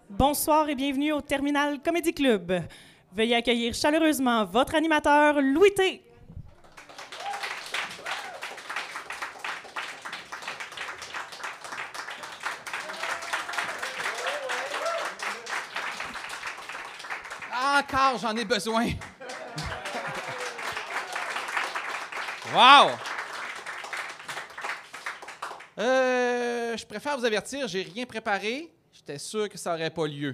Bonsoir et bienvenue au Terminal Comedy Club. Veuillez accueillir chaleureusement votre animateur, Louis T. Encore, j'en ai besoin. Wow! Je préfère vous avertir, j'ai rien préparé. J'étais sûr que ça n'aurait pas lieu.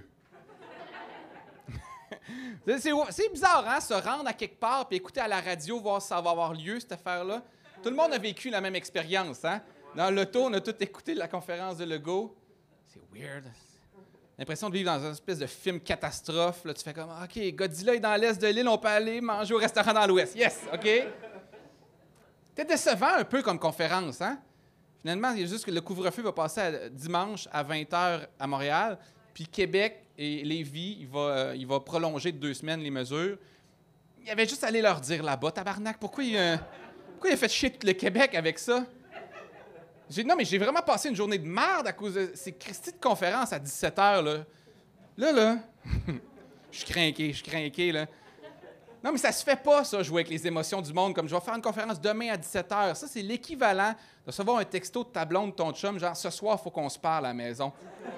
C'est bizarre, hein, se rendre à quelque part et écouter à la radio, voir si ça va avoir lieu, cette affaire-là. Tout le monde a vécu la même expérience, hein? Dans l'auto, on a tous écouté la conférence de Legault. C'est weird. L'impression de vivre dans une espèce de film catastrophe. Là, tu fais comme, OK, Godzilla est dans l'est de l'île, on peut aller manger au restaurant dans l'ouest. Yes, OK? C'était décevant un peu comme conférence, hein? Finalement, il y a juste que le couvre-feu va passer dimanche à 20h à Montréal, puis Québec et Lévis, il va prolonger de 2 semaines les mesures. Il avait juste à aller leur dire là-bas, tabarnak, pourquoi il a fait chier tout le Québec avec ça? Non, mais j'ai vraiment passé une journée de merde à cause de ces Christy de conférences à 17h, là. Là, je suis craqué, là. Non, mais ça se fait pas, ça, jouer avec les émotions du monde. Comme je vais faire une conférence demain à 17h. Ça, c'est l'équivalent de recevoir un texto de ta blonde, de ton chum, genre, ce soir, il faut qu'on se parle à la maison.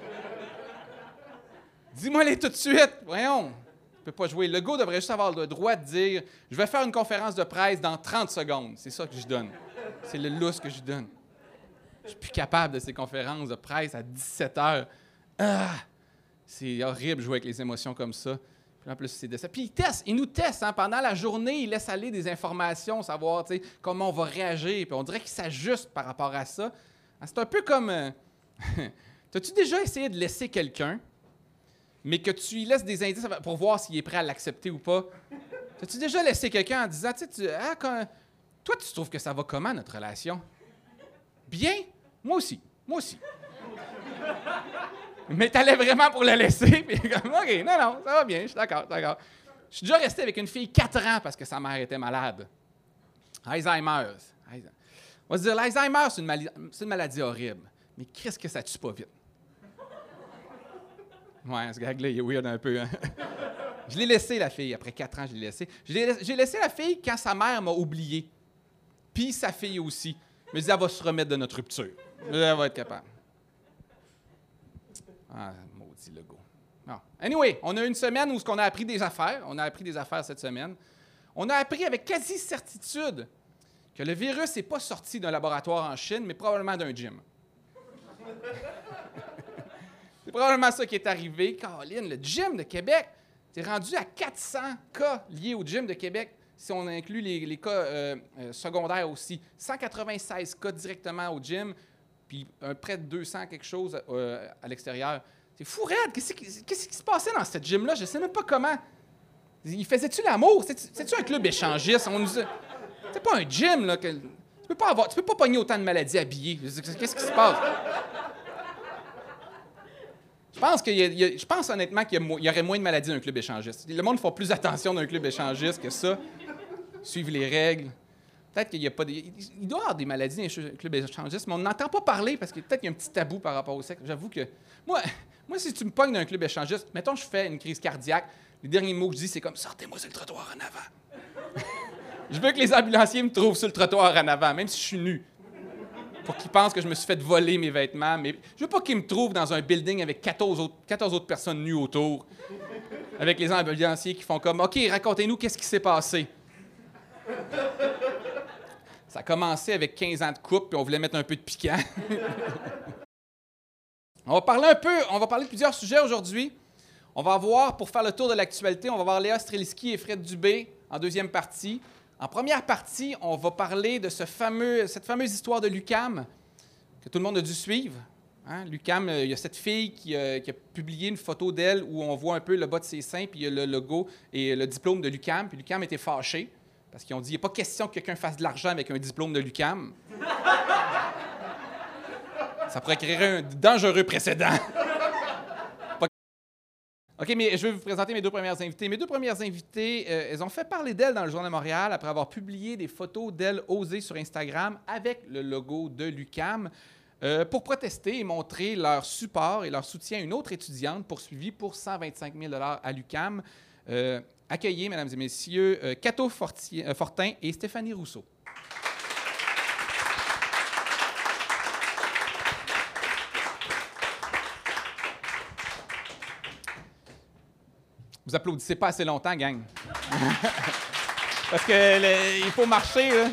Dis-moi-les tout de suite. Voyons. Tu peux pas jouer. Le gars devrait juste avoir le droit de dire, je vais faire une conférence de presse dans 30 secondes. C'est ça que je donne. C'est le lousse que je donne. Je suis plus capable de ces conférences de presse à 17h. Ah! C'est horrible de jouer avec les émotions comme ça. Puis en plus, c'est de ça. Puis ils nous testent. Hein? Pendant la journée, ils laissent aller des informations, savoir comment on va réagir. Puis on dirait qu'ils s'ajustent par rapport à ça. C'est un peu comme... T'as-tu déjà essayé de laisser quelqu'un, mais que tu lui laisses des indices pour voir s'il est prêt à l'accepter ou pas? T'as-tu déjà laissé quelqu'un en disant, toi, tu trouves que ça va comment, notre relation? Bien? Moi aussi. Mais t'allais vraiment pour le laisser, puis comme, OK, non, ça va bien, je suis d'accord. Je suis déjà resté avec une fille 4 ans parce que sa mère était malade. Alzheimer. On va se dire, l'Alzheimer, c'est une maladie horrible. Mais qu'est-ce que ça tue pas vite? Ouais, ce gag-là, il est weird un peu. Hein? Je l'ai laissé, la fille. Après 4 ans, je l'ai laissé. J'ai laissé la fille quand sa mère m'a oublié. Puis sa fille aussi. Je me disais, elle va se remettre de notre rupture. Elle va être capable. Ah, maudit Legault. Non. Anyway, on a une semaine où on a appris des affaires. On a appris des affaires cette semaine. On a appris avec quasi-certitude que le virus n'est pas sorti d'un laboratoire en Chine, mais probablement d'un gym. C'est probablement ça qui est arrivé. Caroline, le gym de Québec, c'est rendu à 400 cas liés au gym de Québec, si on inclut les cas secondaires aussi. 196 cas directement au gym, puis près de 200 quelque chose à l'extérieur. C'est fou, raide. Qu'est-ce qui se passait dans cette gym-là? Je ne sais même pas comment. Il faisait-tu l'amour? C'est-tu un club échangiste? C'est pas un gym, là. Tu peux pas pogner autant de maladies habillées. Qu'est-ce qui se passe? Je pense honnêtement qu'il y aurait moins de maladies dans un club échangiste. Le monde fait plus attention dans un club échangiste que ça. Suivre les règles. Peut-être qu'il n'y a pas il doit y avoir des maladies dans un club échangiste, mais on n'entend pas parler parce que peut-être qu'il y a un petit tabou par rapport au sexe. J'avoue que... Moi, si tu me pognes dans un club échangiste, mettons je fais une crise cardiaque, les derniers mots que je dis, c'est comme « Sortez-moi sur le trottoir en avant ». Je veux que les ambulanciers me trouvent sur le trottoir en avant, même si je suis nu. Pour qu'ils pensent que je me suis fait voler mes vêtements. Mais je veux pas qu'ils me trouvent dans un building avec 14 autres personnes nues autour. Avec les ambulanciers qui font comme « OK, racontez-nous qu'est-ce qui s'est passé. » Ça a commencé avec 15 ans de couple, puis on voulait mettre un peu de piquant. On va parler de plusieurs sujets aujourd'hui. On va avoir, pour faire le tour de l'actualité, on va voir Léa Streliski et Fred Dubé en deuxième partie. En première partie, on va parler de cette fameuse histoire de l'UQAM que tout le monde a dû suivre. Hein? L'UQAM, il y a cette fille qui a publié une photo d'elle où on voit un peu le bas de ses seins, puis il y a le logo et le diplôme de l'UQAM. Puis l'UQAM était fâché parce qu'ils ont dit « Il n'y a pas question que quelqu'un fasse de l'argent avec un diplôme de l'UQAM. » Ça pourrait créer un dangereux précédent. OK, mais je vais vous présenter mes 2 premières invitées. Mes 2 premières invitées, elles ont fait parler d'elles dans le Journal de Montréal après avoir publié des photos d'elles osées sur Instagram avec le logo de l'UQAM. pour protester et montrer leur support et leur soutien à une autre étudiante poursuivie pour 125 000 $ à l'UQAM. Accueillez, mesdames et messieurs, Cato Fortin et Stéphanie Rousseau. Vous applaudissez pas assez longtemps, gang. Parce qu'il faut marcher, là.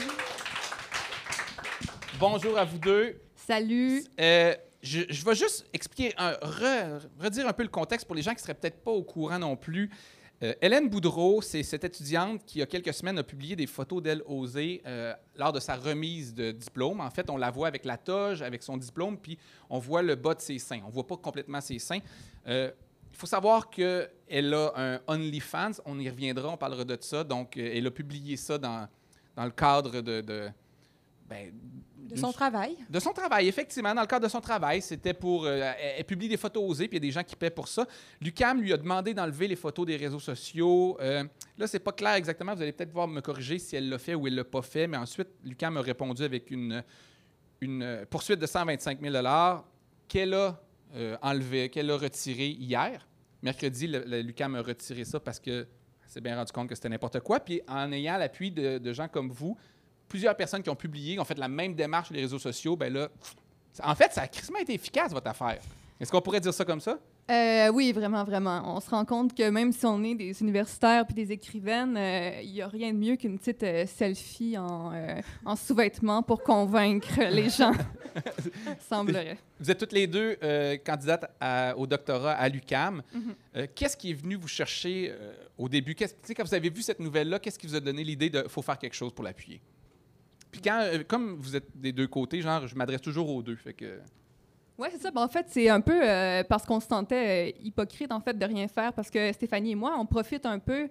Bonjour à vous deux. Salut. Je vais juste expliquer, redire un peu le contexte pour les gens qui ne seraient peut-être pas au courant non plus. Hélène Boudreau, c'est cette étudiante qui, il y a quelques semaines, a publié des photos d'elle osée lors de sa remise de diplôme. En fait, on la voit avec la toge, avec son diplôme, puis on voit le bas de ses seins. On ne voit pas complètement ses seins. Il faut savoir qu'elle a un OnlyFans. On y reviendra, on parlera de ça. Donc, elle a publié ça dans le cadre de son travail. De son travail, effectivement. Dans le cadre de son travail, c'était pour... elle publie des photos osées, puis il y a des gens qui paient pour ça. L'UQAM lui a demandé d'enlever les photos des réseaux sociaux. Là, c'est pas clair exactement. Vous allez peut-être pouvoir me corriger si elle l'a fait ou elle l'a pas fait. Mais ensuite, l'UQAM a répondu avec une poursuite de 125 000 $ qu'elle a enlevé, qu'elle a retiré hier. Mercredi, l'UQAM a retiré ça parce que s'est bien rendu compte que c'était n'importe quoi. Puis en ayant l'appui de gens comme vous, plusieurs personnes qui ont publié, qui ont fait la même démarche sur les réseaux sociaux, bien là, en fait, ça a crissement été efficace, votre affaire. Est-ce qu'on pourrait dire ça comme ça? Oui, vraiment, vraiment. On se rend compte que même si on est des universitaires puis des écrivaines, il n'y a rien de mieux qu'une petite selfie en sous-vêtements pour convaincre les gens, semblerait. Vous êtes toutes les deux candidates au doctorat à l'UQAM. Mm-hmm. Qu'est-ce qui est venu vous chercher au début? Quand vous avez vu cette nouvelle-là, qu'est-ce qui vous a donné l'idée de « faut faire quelque chose pour l'appuyer ». Puis comme vous êtes des deux côtés, genre, je m'adresse toujours aux deux, fait que... Oui, c'est ça. Ben, en fait, c'est un peu parce qu'on se sentait hypocrite, en fait, de rien faire, parce que Stéphanie et moi, on profite un peu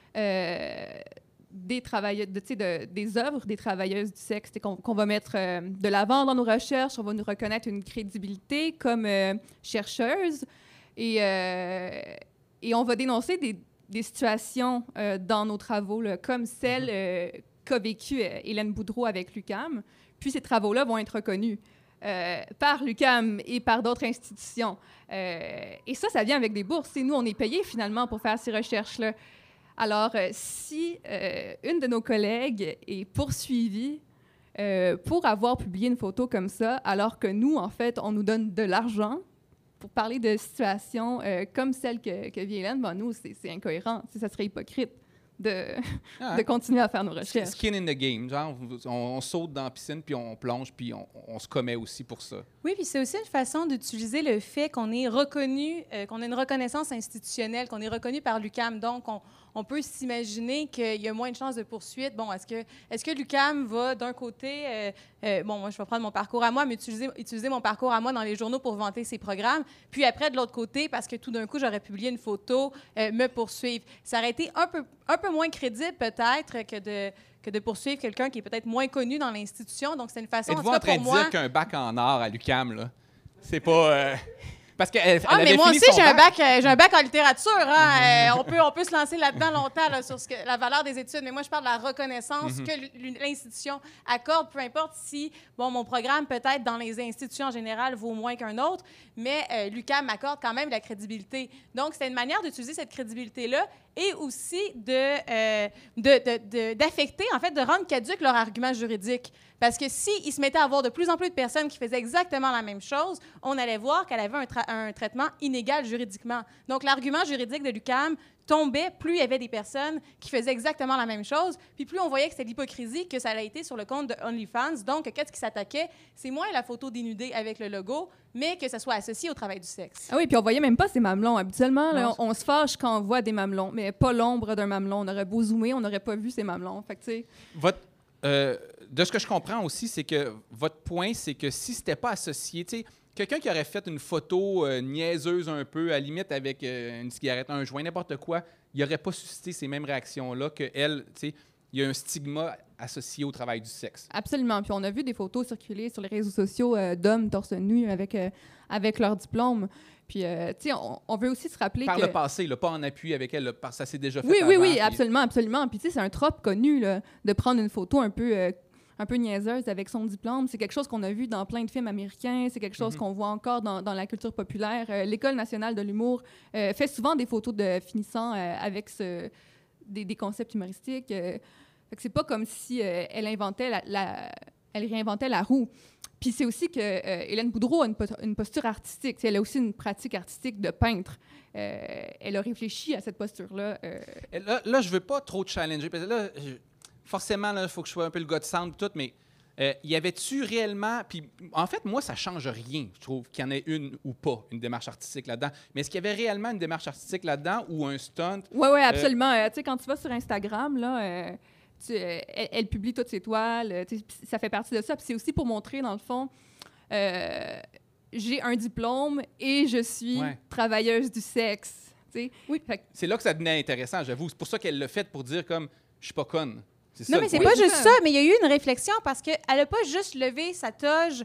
des œuvres des travailleuses du sexe qu'on va mettre de l'avant dans nos recherches. On va nous reconnaître une crédibilité comme chercheuse et on va dénoncer des situations dans nos travaux, là, comme celle qu'a vécue Hélène Boudreau avec l'UQAM. Puis ces travaux-là vont être reconnus par l'UQAM et par d'autres institutions. Et ça vient avec des bourses. Et nous, on est payés finalement pour faire ces recherches-là. Alors, si une de nos collègues est poursuivie pour avoir publié une photo comme ça, alors que nous, en fait, on nous donne de l'argent pour parler de situations comme celle que vit Hélène, ben nous, c'est incohérent. Ça serait hypocrite de continuer à faire nos recherches. Skin in the game, genre, on saute dans la piscine, puis on plonge, puis on se commet aussi pour ça. Oui, puis c'est aussi une façon d'utiliser le fait qu'on est reconnu, qu'on a une reconnaissance institutionnelle, qu'on est reconnu par l'UQAM. Donc, on peut s'imaginer qu'il y a moins de chances de poursuite. Bon, est-ce que l'UQAM va, d'un côté, bon, moi, je vais prendre mon parcours à moi, mais utiliser mon parcours à moi dans les journaux pour vanter ses programmes, puis après, de l'autre côté, parce que tout d'un coup, j'aurais publié une photo, me poursuivre. Ça aurait été un peu moins crédible, peut-être, que de poursuivre quelqu'un qui est peut-être moins connu dans l'institution. Donc, c'est une façon, en tout cas, pour moi... Êtes-vous en train de dire qu'un bac en art à l'UQAM, là, c'est pas... Parce mais moi aussi, j'ai un bac en littérature. Hein? On peut se lancer là-dedans longtemps là, sur la valeur des études. Mais moi, je parle de la reconnaissance que l'institution accorde, peu importe si, bon, mon programme, peut-être, dans les institutions en général, vaut moins qu'un autre, mais l'UQAM m'accorde quand même la crédibilité. Donc, c'est une manière d'utiliser cette crédibilité-là et aussi d'affecter, en fait, de rendre caduque leur argument juridique. Parce que s'ils se mettaient à avoir de plus en plus de personnes qui faisaient exactement la même chose, on allait voir qu'elle avait un traitement inégal juridiquement. Donc, l'argument juridique de l'UQAM tombait plus il y avait des personnes qui faisaient exactement la même chose, puis plus on voyait que c'était l'hypocrisie que ça a été sur le compte de OnlyFans. Donc, qu'est-ce qui s'attaquait? C'est moins la photo dénudée avec le logo, mais que ça soit associé au travail du sexe. Ah oui, puis on voyait même pas ces mamelons. Habituellement, là, on se fâche quand on voit des mamelons, mais pas l'ombre d'un mamelon. On aurait beau zoomer, on n'aurait pas vu ces mamelons. Fait que, tu sais... de ce que je comprends aussi, c'est que votre point, c'est que si c'était pas associé, tu sais, quelqu'un qui aurait fait une photo niaiseuse un peu, à la limite avec une cigarette, un joint, n'importe quoi, il n'aurait pas suscité ces mêmes réactions-là qu'elle, tu sais, il y a un stigma associé au travail du sexe. Absolument. Puis on a vu des photos circuler sur les réseaux sociaux d'hommes torse nu avec leur diplôme. Puis, tu sais, on veut aussi se rappeler Par le passé, là, pas en appui avec elle, là, ça s'est déjà fait Oui, avant. Oui, absolument, absolument. Puis, tu sais, c'est un trope connu, là, de prendre une photo un peu un peu niaiseuse avec son diplôme. C'est quelque chose qu'on a vu dans plein de films américains. C'est quelque chose qu'on voit encore dans la culture populaire. L'École nationale de l'humour fait souvent des photos de finissants avec des concepts humoristiques. Fait que c'est pas comme si elle réinventait la roue. Puis c'est aussi que Hélène Boudreau a une posture artistique. Elle a aussi une pratique artistique de peintre. Elle a réfléchi à cette posture-là. Là, je veux pas trop te challenger, parce que là, forcément, il faut que je sois un peu le gars de centre, tout, mais y avait-tu réellement... Puis, en fait, moi, ça change rien, je trouve, qu'il y en ait une ou pas, une démarche artistique là-dedans. Mais est-ce qu'il y avait réellement une démarche artistique là-dedans ou un stunt? Oui, absolument. Tu sais, quand tu vas sur Instagram, là... elle publie toutes ses toiles, ça fait partie de ça. Puis c'est aussi pour montrer, dans le fond, j'ai un diplôme et je suis travailleuse du sexe. Oui. C'est là que ça devenait intéressant, j'avoue. C'est pour ça qu'elle l'a fait, pour dire comme, je suis pas conne. Non, mais c'est pas juste ça, mais il y a eu une réflexion parce qu'elle n'a pas juste levé sa toge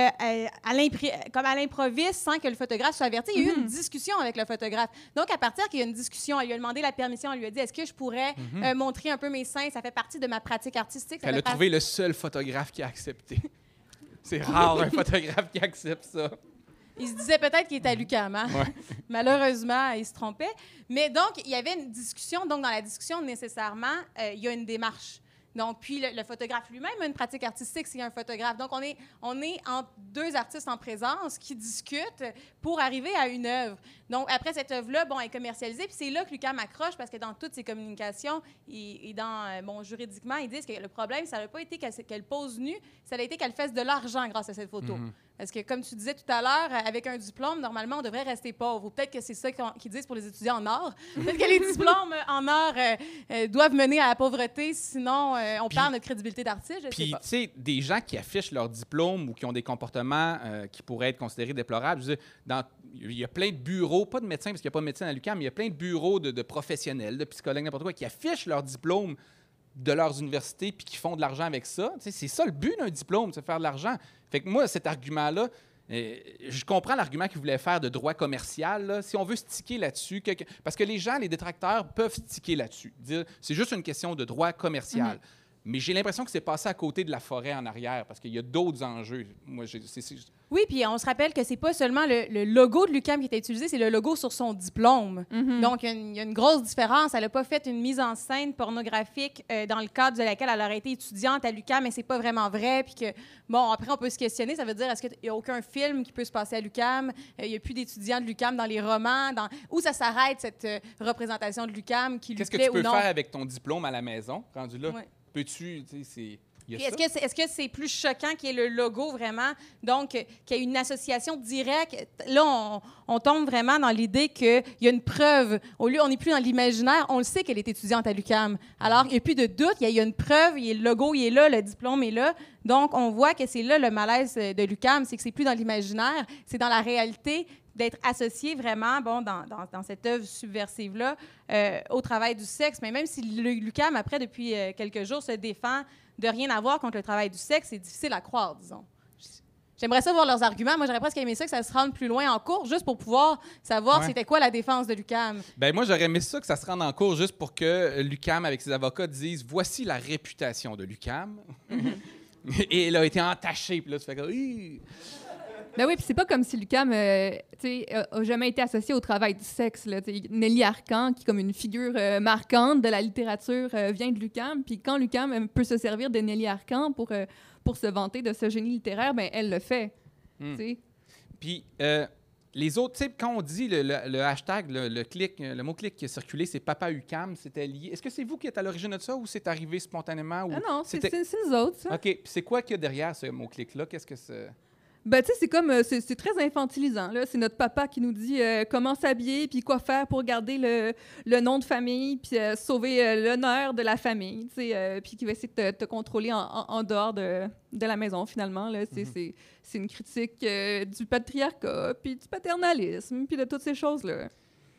comme à l'improviste sans que le photographe soit averti. Il y a eu une discussion avec le photographe. Donc, à partir qu'il y a une discussion, elle lui a demandé la permission, elle lui a dit, est-ce que je pourrais montrer un peu mes seins? Ça fait partie de ma pratique artistique. Elle a trouvé le seul photographe qui a accepté. C'est rare, un photographe qui accepte ça. Il se disait peut-être qu'il était à l'UQAM. Hein? Ouais. Malheureusement, il se trompait. Mais donc, il y avait une discussion. Donc, dans la discussion, nécessairement, il y a une démarche. Donc, puis le photographe lui-même a une pratique artistique, c'est un photographe. Donc, on est entre deux artistes en présence qui discutent pour arriver à une œuvre. Donc, après cette œuvre-là, bon, elle est commercialisée, puis c'est là que l'UQAM accroche, parce que dans toutes ses communications et juridiquement, ils disent que le problème, ça n'a pas été qu'elle pose nue, ça a été qu'elle fasse de l'argent grâce à cette photo. Parce que, comme tu disais tout à l'heure, avec un diplôme, normalement, on devrait rester pauvre. Ou peut-être que c'est ça qu'ils disent pour les étudiants en art. Peut-être que les diplômes en art doivent mener à la pauvreté, sinon on perd notre crédibilité d'artiste. Puis, tu sais, des gens qui affichent leur diplôme ou qui ont des comportements qui pourraient être considérés déplorables, je veux dire, il y a plein de bureaux, pas de médecins, parce qu'il n'y a pas de médecins à l'UQAM, mais il y a plein de bureaux de professionnels, de psychologues, n'importe quoi, qui affichent leur diplôme de leurs universités puis qui font de l'argent avec ça. Tu sais, c'est ça le but d'un diplôme, c'est faire de l'argent. Fait que moi, cet argument-là, je comprends l'argument qu'ils voulaient faire de droit commercial. Là, si on veut sticker là-dessus, parce que les gens, les détracteurs, peuvent sticker là-dessus. Dire c'est juste une question de droit commercial. Mais j'ai l'impression que c'est passé à côté de la forêt en arrière parce qu'il y a d'autres enjeux. Moi, oui, puis on se rappelle que c'est pas seulement le logo de l'UQAM qui était utilisé, c'est le logo sur son diplôme. Donc, il y a une grosse différence. Elle n'a pas fait une mise en scène pornographique dans le cadre de laquelle elle aurait été étudiante à l'UQAM, mais c'est pas vraiment vrai. Puis que, bon, après, on peut se questionner. Ça veut dire, est-ce qu'il n'y a aucun film qui peut se passer à l'UQAM? Il n'y a plus d'étudiants de l'UQAM dans les romans. Où ça s'arrête, cette représentation de l'UQAM qui lui plaît ou non? Qu'est-ce que tu peux faire avec ton diplôme à la maison, rendu là? Ouais. Peux-tu, tu sais, est-ce que c'est plus choquant qu'il y ait le logo vraiment, donc qu'il y ait une association directe? Là, on tombe vraiment dans l'idée qu'il y a une preuve. Au lieu, on n'est plus dans l'imaginaire, on le sait qu'elle est étudiante à l'UQAM. Alors, il n'y a plus de doute, il y a une preuve, le logo il est là, le diplôme est là. Donc, on voit que c'est là le malaise de l'UQAM, c'est que c'est plus dans l'imaginaire, c'est dans la réalité d'être associé vraiment dans cette œuvre subversive-là au travail du sexe. Mais même si l'UQAM, après, depuis quelques jours, se défend de rien avoir contre le travail du sexe, c'est difficile à croire, disons. J'aimerais ça voir leurs arguments. Moi, j'aurais presque aimé ça que ça se rende plus loin en cours, juste pour pouvoir savoir c'était quoi la défense de l'UQAM. Ben moi, j'aurais aimé ça que ça se rende en cours juste pour que l'UQAM, avec ses avocats, disent « Voici la réputation de l'UQAM. » Et elle a été entachée. Puis là, tu fais comme... Ben oui, puis c'est pas comme si l'UQAM a jamais été associé au travail du sexe. Là. Nelly Arcan, qui est comme une figure marquante de la littérature, vient de l'UQAM. Puis quand l'UQAM peut se servir de Nelly Arcan pour se vanter de ce génie littéraire, ben elle le fait. Puis les autres, tu sais, quand on dit le hashtag, le mot-clic qui a circulé, c'est Papa UQAM, c'était lié. Est-ce que c'est vous qui êtes à l'origine de ça ou c'est arrivé spontanément? Ou non, c'est nous autres, ça. OK. Puis c'est quoi qu'il y a derrière ce mot-clic-là? Qu'est-ce que c'est? Ben, tu sais, c'est comme, c'est très infantilisant, là. C'est notre papa qui nous dit comment s'habiller, puis quoi faire pour garder le nom de famille, puis sauver l'honneur de la famille, tu sais, puis qui va essayer de te contrôler en dehors de la maison, finalement, là. C'est une critique du patriarcat, puis du paternalisme, puis de toutes ces choses-là.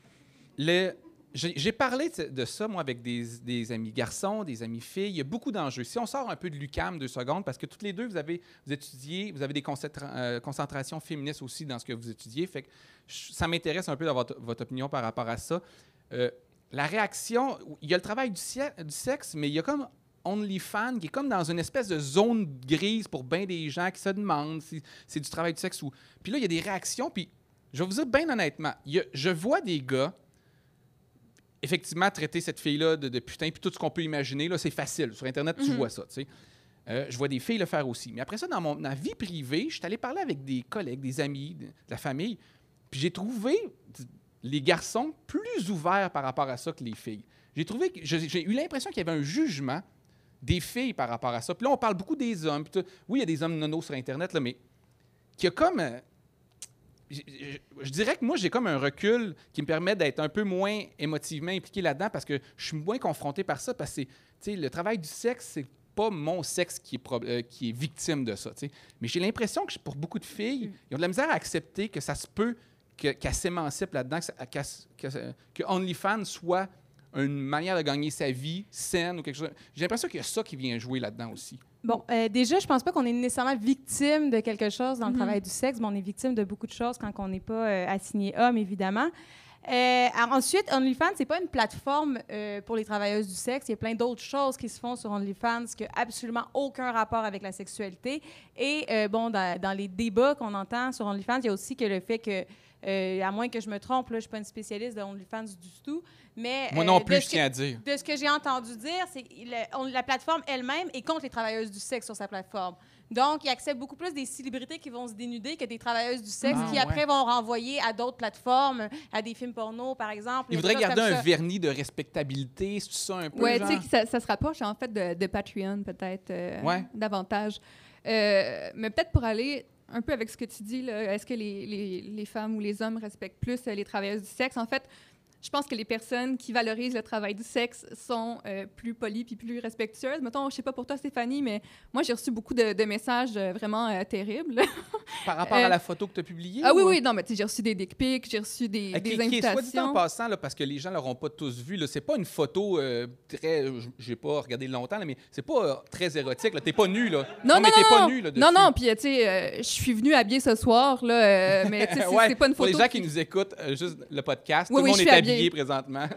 J'ai parlé de ça, moi, avec des amis garçons, des amis filles. Il y a beaucoup d'enjeux. Si on sort un peu de l'UQAM 2 secondes, parce que toutes les deux, vous avez des concentrations féministes aussi dans ce que vous étudiez. Fait que ça m'intéresse un peu d'avoir votre opinion par rapport à ça. La réaction, il y a le travail du sexe, mais il y a comme OnlyFans, qui est comme dans une espèce de zone grise pour bien des gens qui se demandent si c'est du travail du sexe ou... Puis là, il y a des réactions, puis je vais vous dire bien honnêtement, je vois des gars effectivement traiter cette fille-là de putain, puis tout ce qu'on peut imaginer, là, c'est facile. Sur Internet, tu vois ça, tu sais. Je vois des filles le faire aussi. Mais après ça, dans ma vie privée, je suis allé parler avec des collègues, des amis, de la famille, puis j'ai trouvé les garçons plus ouverts par rapport à ça que les filles. J'ai eu l'impression qu'il y avait un jugement des filles par rapport à ça. Puis là, on parle beaucoup des hommes. Oui, il y a des hommes nonos sur Internet, là, mais qu'il y a comme... je dirais que moi, j'ai comme un recul qui me permet d'être un peu moins émotivement impliqué là-dedans parce que je suis moins confronté par ça parce que le travail du sexe, c'est pas mon sexe qui est victime de ça. T'sais. Mais j'ai l'impression que pour beaucoup de filles, ils ont de la misère à accepter que ça se peut qu'elle s'émancipe là-dedans, que OnlyFans soit une manière de gagner sa vie saine ou quelque chose. J'ai l'impression qu'il y a ça qui vient jouer là-dedans aussi. Bon, déjà, je pense pas qu'on est nécessairement victime de quelque chose dans le travail du sexe, mais on est victime de beaucoup de choses quand on n'est pas assigné homme, évidemment. Ensuite, OnlyFans, c'est pas une plateforme pour les travailleuses du sexe. Il y a plein d'autres choses qui se font sur OnlyFans qui n'ont absolument aucun rapport avec la sexualité. Et dans les débats qu'on entend sur OnlyFans, il y a aussi que le fait que, à moins que je me trompe, là, je ne suis pas une spécialiste de OnlyFans du tout, mais... Moi non plus, je tiens à dire. De ce que j'ai entendu dire, c'est que la plateforme elle-même est contre les travailleuses du sexe sur sa plateforme. Donc, il accepte beaucoup plus des célébrités qui vont se dénuder que des travailleuses du sexe qui, après, vont renvoyer à d'autres plateformes, à des films porno, par exemple. Il voudrait garder un vernis de respectabilité, c'est ça un peu, oui, tu sais, ça se rapproche, en fait, de Patreon, peut-être, davantage. Mais peut-être pour aller un peu avec ce que tu dis, là, est-ce que les femmes ou les hommes respectent plus les travailleuses du sexe? En fait, je pense que les personnes qui valorisent le travail du sexe sont plus polies puis plus respectueuses. Mettons, je sais pas pour toi, Stéphanie, mais moi, j'ai reçu beaucoup de messages vraiment terribles. Par rapport à la photo que tu as publiée? Ah oui, non, mais tu sais, j'ai reçu des dick pics, j'ai reçu des invitations. Soit dit en passant, là, parce que les gens ne l'auront pas tous vu, c'est pas une photo très... Je n'ai pas regardé longtemps, là, mais c'est pas très érotique. Tu n'es pas nu, là. Non, mais tu n'es pas nu, là, dessus. Non, puis tu sais, je suis venue habillée ce soir, là, mais tu sais, c'est pas une photo... Pour les gens qui nous écoutent, juste le podcast, tout le monde est habillé présentement.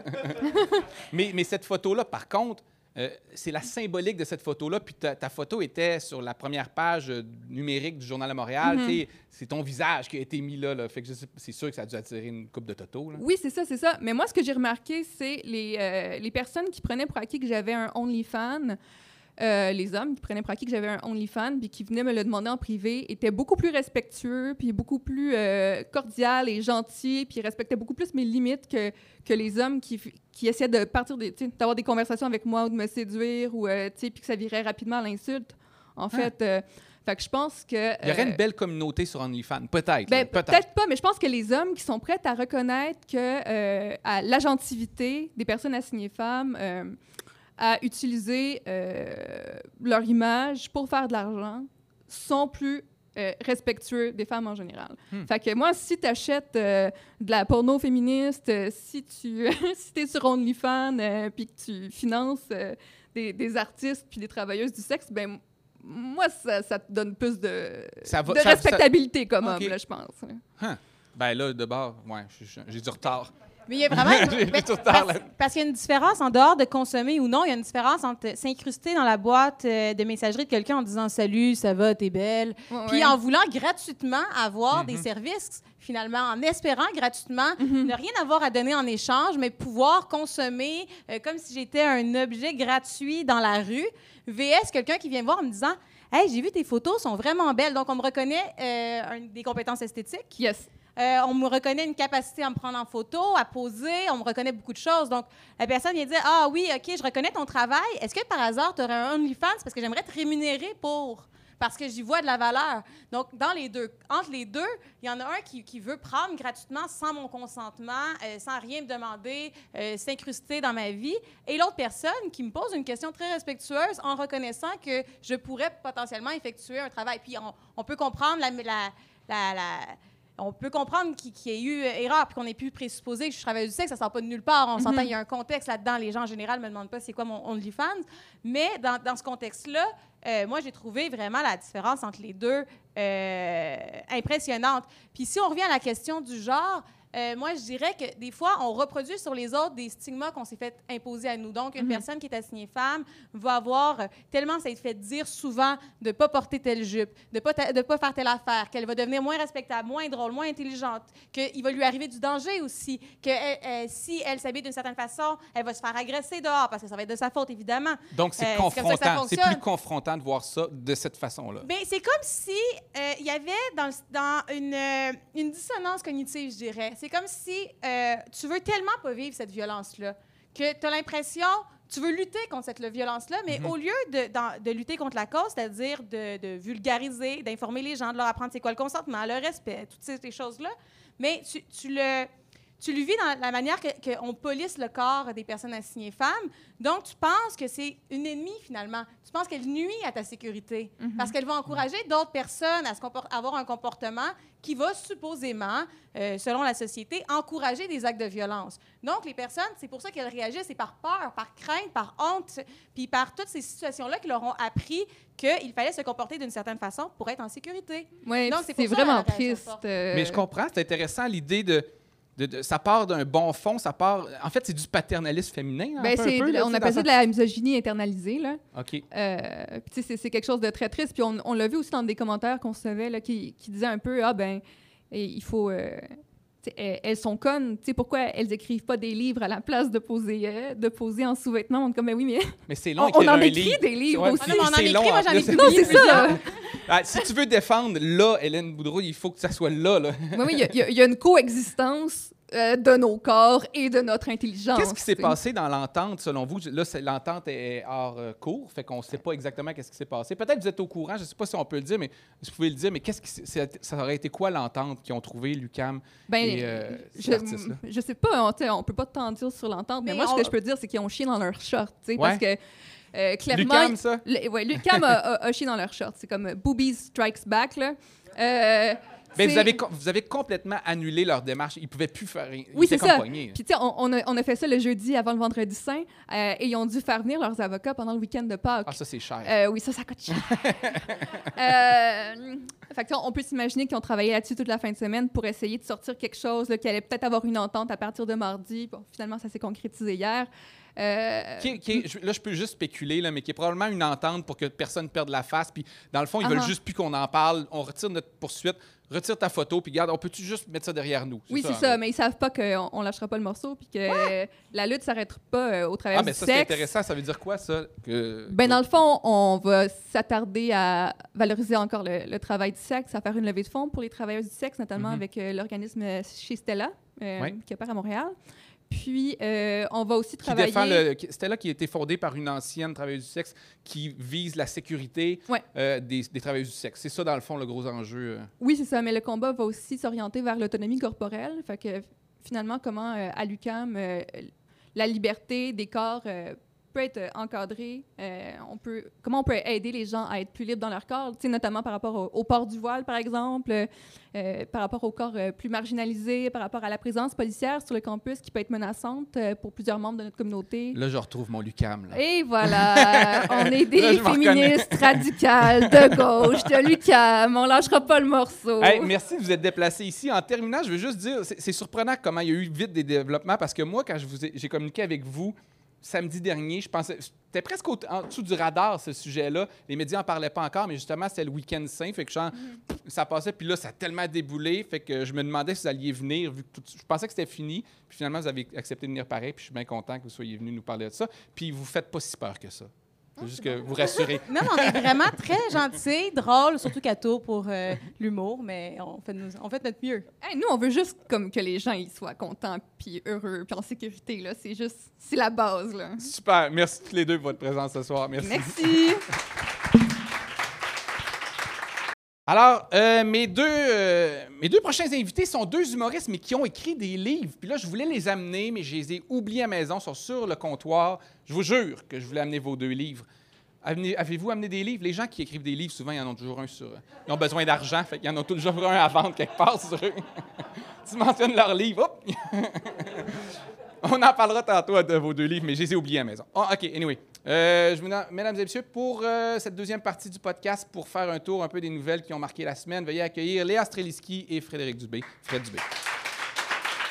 mais cette photo-là, par contre, c'est la symbolique de cette photo-là. Puis ta photo était sur la première page numérique du Journal de Montréal. C'est ton visage qui a été mis là. Fait que c'est sûr que ça a dû attirer une couple de totos. Là. Oui, c'est ça. Mais moi, ce que j'ai remarqué, c'est les personnes qui prenaient pour acquis que j'avais un OnlyFans. Les hommes qui prenaient pour acquis que j'avais un OnlyFans puis qui venaient me le demander en privé étaient beaucoup plus respectueux puis beaucoup plus cordial et gentils puis respectaient beaucoup plus mes limites que les hommes qui essayaient de partir d'avoir des conversations avec moi ou de me séduire ou puis que ça virait rapidement à l'insulte. En fait, fait que je pense que... Il y aurait une belle communauté sur OnlyFans, peut-être. Peut-être pas, mais je pense que les hommes qui sont prêts à reconnaître que à l'agentivité des personnes assignées femmes... à utiliser leur image pour faire de l'argent sont plus respectueux des femmes en général. Fait que moi, si tu achètes de la porno féministe, si t'es sur OnlyFans puis que tu finances des artistes puis des travailleuses du sexe, ben moi, ça te donne plus de respectabilité comme homme, là, je pense. Ben là, de bord, j'ai du retard. Mais il y a vraiment... parce qu'il y a une différence en dehors de consommer ou non. Il y a une différence entre s'incruster dans la boîte de messagerie de quelqu'un en disant « Salut, ça va, t'es belle », puis en voulant gratuitement avoir des services, finalement, en espérant gratuitement ne rien avoir à donner en échange, mais pouvoir consommer comme si j'étais un objet gratuit dans la rue, VS quelqu'un qui vient me voir en me disant « Hey, j'ai vu tes photos, sont vraiment belles. » Donc, on me reconnaît des compétences esthétiques. Yes. On me reconnaît une capacité à me prendre en photo, à poser, on me reconnaît beaucoup de choses. Donc, la personne vient dire « Ah oui, OK, je reconnais ton travail. Est-ce que par hasard, tu aurais un OnlyFans parce que j'aimerais te rémunérer pour... parce que j'y vois de la valeur. » Donc, entre les deux, il y en a un qui veut prendre gratuitement sans mon consentement, sans rien me demander, s'incruster dans ma vie. Et l'autre personne qui me pose une question très respectueuse en reconnaissant que je pourrais potentiellement effectuer un travail. Puis, on peut comprendre on peut comprendre qu'il y ait eu erreur puis qu'on ait pu présupposer que je travaille du sexe, ça ne sort pas de nulle part. On s'entend, il y a un contexte là-dedans. Les gens, en général, ne me demandent pas c'est quoi mon OnlyFans. Mais dans ce contexte-là, moi, j'ai trouvé vraiment la différence entre les deux impressionnante. Puis si on revient à la question du genre, moi, je dirais que des fois, on reproduit sur les autres des stigmas qu'on s'est fait imposer à nous. Donc, une personne qui est assignée femme va avoir tellement ça fait dire souvent de ne pas porter telle jupe, de ne pas faire telle affaire, qu'elle va devenir moins respectable, moins drôle, moins intelligente, qu'il va lui arriver du danger aussi, que si elle s'habille d'une certaine façon, elle va se faire agresser dehors parce que ça va être de sa faute, évidemment. Donc, c'est comme ça que ça confrontant. C'est fonctionne. plus confrontant de voir ça de cette façon-là. Bien, c'est comme si il y avait dans une dissonance cognitive, je dirais. C'est comme si tu veux tellement pas vivre cette violence-là que tu as l'impression, tu veux lutter contre cette violence-là, mais au lieu de lutter contre la cause, c'est-à-dire de vulgariser, d'informer les gens, de leur apprendre c'est quoi le consentement, le respect, toutes ces choses-là, mais tu le vis dans la manière qu'on police le corps des personnes assignées femmes. Donc, tu penses que c'est une ennemie, finalement. Tu penses qu'elle nuit à ta sécurité parce qu'elle va encourager d'autres personnes à avoir un comportement qui va supposément, selon la société, encourager des actes de violence. Donc, les personnes, c'est pour ça qu'elles réagissent, c'est par peur, par crainte, par honte, puis par toutes ces situations-là qui leur ont appris qu'il fallait se comporter d'une certaine façon pour être en sécurité. Oui, Donc, c'est pour ça vraiment la réaction triste. forte. Mais je comprends, c'est intéressant l'idée de ça part d'un bon fond, ça part... En fait, c'est du paternalisme féminin, Ben, là, on appelle ça de la misogynie internalisée, là. OK. Puis, tu sais, c'est quelque chose de très triste. Puis on l'a vu aussi dans des commentaires qu'on recevait là, qui disaient un peu, il faut... tu sais, elles sont connes. Tu sais, pourquoi elles écrivent pas des livres à la place de poser en sous-vêtements? On est comme, mais oui, mais c'est long on en un écrit livre. des livres Ouais, aussi. Ah non, mais on en c'est écrit, long, moi, en j'en ai plus. Non, c'est ça! Si tu veux défendre là, Hélène Boudreau, il faut que ça soit là. Oui, il y a une coexistence de nos corps et de notre intelligence. Qu'est-ce qui s'est tu sais. passé dans l'entente, selon vous? Là, l'entente est hors cours, fait qu'on ne sait pas exactement qu'est-ce qui s'est passé. Peut-être que vous êtes au courant, je ne sais pas si on peut le dire, mais si vous pouvez le dire, mais ça aurait été quoi l'entente qu'ils ont trouvé, l'UQAM et cet artiste-là? Je sais pas, on peut pas tant dire sur l'entente, mais moi, ce que je peux dire, c'est qu'ils ont chié dans leur short, tu sais, parce que clairement... l'UQAM, ça? Oui, l'UQAM a chié dans leur short. C'est comme Boobies Strikes Back, là. Ben, vous avez complètement annulé leur démarche. Ils ne pouvaient plus faire rien. Oui, c'est ça. Pognés. Puis, tu sais, on a fait ça le jeudi avant le vendredi saint et ils ont dû faire venir leurs avocats pendant le week-end de Pâques. Ah, ça, c'est cher. Oui, ça coûte cher. Fait que, on peut s'imaginer qu'ils ont travaillé là-dessus toute la fin de semaine pour essayer de sortir quelque chose là, qui allait peut-être avoir une entente à partir de mardi. Bon, finalement, ça s'est concrétisé hier. Là, je peux juste spéculer, là, mais qui est probablement une entente pour que personne ne perde la face. Puis, dans le fond, ils veulent juste plus qu'on en parle. On retire notre poursuite. Retire ta photo, puis regarde, on peut-tu juste mettre ça derrière nous? Oui, c'est ça, mais ils savent pas qu'on lâchera pas le morceau, puis que la lutte s'arrêtera pas au travers du ça, sexe. c'est intéressant. Ça veut dire quoi, ça? Dans le fond, on va s'attarder à valoriser encore le travail du sexe, à faire une levée de fonds pour les travailleuses du sexe, notamment avec l'organisme chez Stella, qui opère à Montréal. Puis, on va aussi travailler... Stella, qui a été fondée par une ancienne travailleuse du sexe qui vise la sécurité des travailleuses du sexe. C'est ça, dans le fond, le gros enjeu. Oui, c'est ça, mais le combat va aussi s'orienter vers l'autonomie corporelle. Fait que, finalement, comment, à l'UQAM, la liberté des corps peut être encadrée. Comment on peut aider les gens à être plus libres dans leur corps, notamment par rapport au port du voile, par exemple, par rapport aux corps plus marginalisés, par rapport à la présence policière sur le campus qui peut être menaçante pour plusieurs membres de notre communauté. Là, je retrouve mon l'UQAM. Là. Et voilà, on est des féministes radicales de gauche, de l'UQAM, on lâchera pas le morceau. Hey, merci de vous être déplacés ici. En terminant, je veux juste dire, c'est surprenant comment il y a eu vite des développements, parce que moi, quand j'ai communiqué avec vous, samedi dernier, je pensais... C'était presque en dessous du radar, ce sujet-là. Les médias n'en parlaient pas encore, mais justement, c'était le week-end saint. Fait que ça passait, puis là, ça a tellement déboulé. Fait que je me demandais si vous alliez venir, vu que je pensais que c'était fini. Puis finalement, vous avez accepté de venir pareil, puis je suis bien content que vous soyez venu nous parler de ça. Puis vous ne faites pas si peur que ça. C'est juste que vous rassurez. Non, mais on est vraiment très gentils, drôles, surtout Cato pour l'humour, mais on fait notre mieux. Hey, nous, on veut juste comme que les gens ils soient contents, puis heureux, puis en sécurité. Là. C'est la base. Là. Super. Merci tous les deux pour votre présence ce soir. Merci. Merci. Alors, mes deux prochains invités sont deux humoristes, mais qui ont écrit des livres. Puis là, je voulais les amener, mais je les ai oubliés à la maison, ils sont sur le comptoir. Je vous jure que je voulais amener vos deux livres. Avez-vous amené des livres? Les gens qui écrivent des livres, souvent, ils en ont toujours un sur... Ils ont besoin d'argent, fait qu'ils en ont toujours un à vendre quelque part sur eux. Tu mentionnes leur livre, hop! On en parlera tantôt de vos deux livres, mais je les ai oubliés à la maison. Oh, OK, anyway. Mesdames et messieurs, pour cette deuxième partie du podcast, pour faire un tour un peu des nouvelles qui ont marqué la semaine, veuillez accueillir Léa Streliski et Frédéric Dubé. Fred Dubé.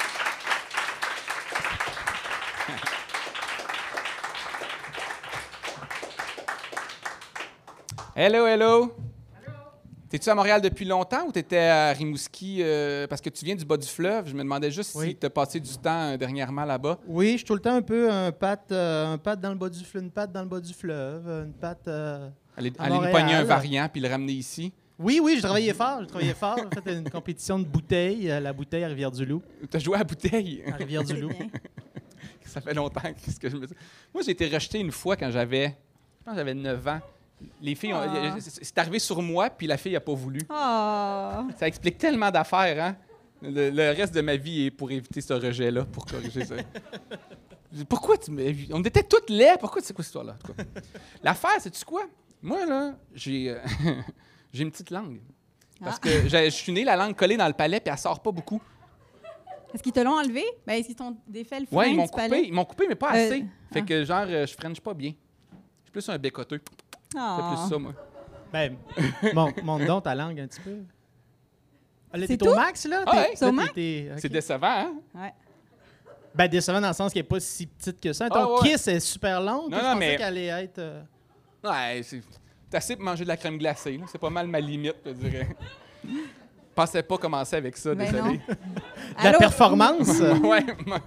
Hello, hello. T'es-tu à Montréal depuis longtemps ou t'étais à Rimouski? Parce que tu viens du bas du fleuve. Je me demandais juste si t'as passé du temps dernièrement là-bas. Oui, je suis tout le temps un peu un patte dans le bas du fleuve, une patte dans le bas du fleuve, une patte Aller à nous Montréal. pogner un variant puis le ramener ici. Oui, j'ai travaillé fort. J'ai fait une compétition de bouteilles, la bouteille à Rivière-du-Loup. T'as joué à la bouteille. À Rivière-du-Loup. Ça fait longtemps. Moi, j'ai été rejeté une fois quand j'avais 9 ans. Les filles, c'est arrivé sur moi, puis la fille n'a pas voulu. Ah. Ça explique tellement d'affaires, hein? Le reste de ma vie est pour éviter ce rejet-là, pour corriger ça. Pourquoi on était toutes laids. Pourquoi c'est quoi cette histoire-là? En tout cas. L'affaire, c'est-tu quoi? Moi, là, j'ai une petite langue. Parce que je suis né la langue collée dans le palais, puis elle sort pas beaucoup. Est-ce qu'ils te l'ont enlevé? Ben, est-ce qu'ils t'ont défait le frein Oui, du palais? ils m'ont coupé, mais pas assez. Fait que, genre, je french pas bien. Je suis plus un bécoteux. C'est plus ça, moi. Ben, montre donc ta langue un petit peu. Ah, là, C'est t'es tout? au max, là? Ah ouais? C'est au max? C'est décevant, hein? Ouais. Ben, décevant dans le sens qu'elle n'est pas si petite que ça. Ah, Ton ouais. kiss est super long. Non, Je non, pensais mais- qu'elle allait être... Ouais, c'est assez pour manger de la crème glacée. là. C'est pas mal ma limite, je dirais. Je pensais pas commencer avec ça, Ben désolé. de la Allô? performance. Ouais,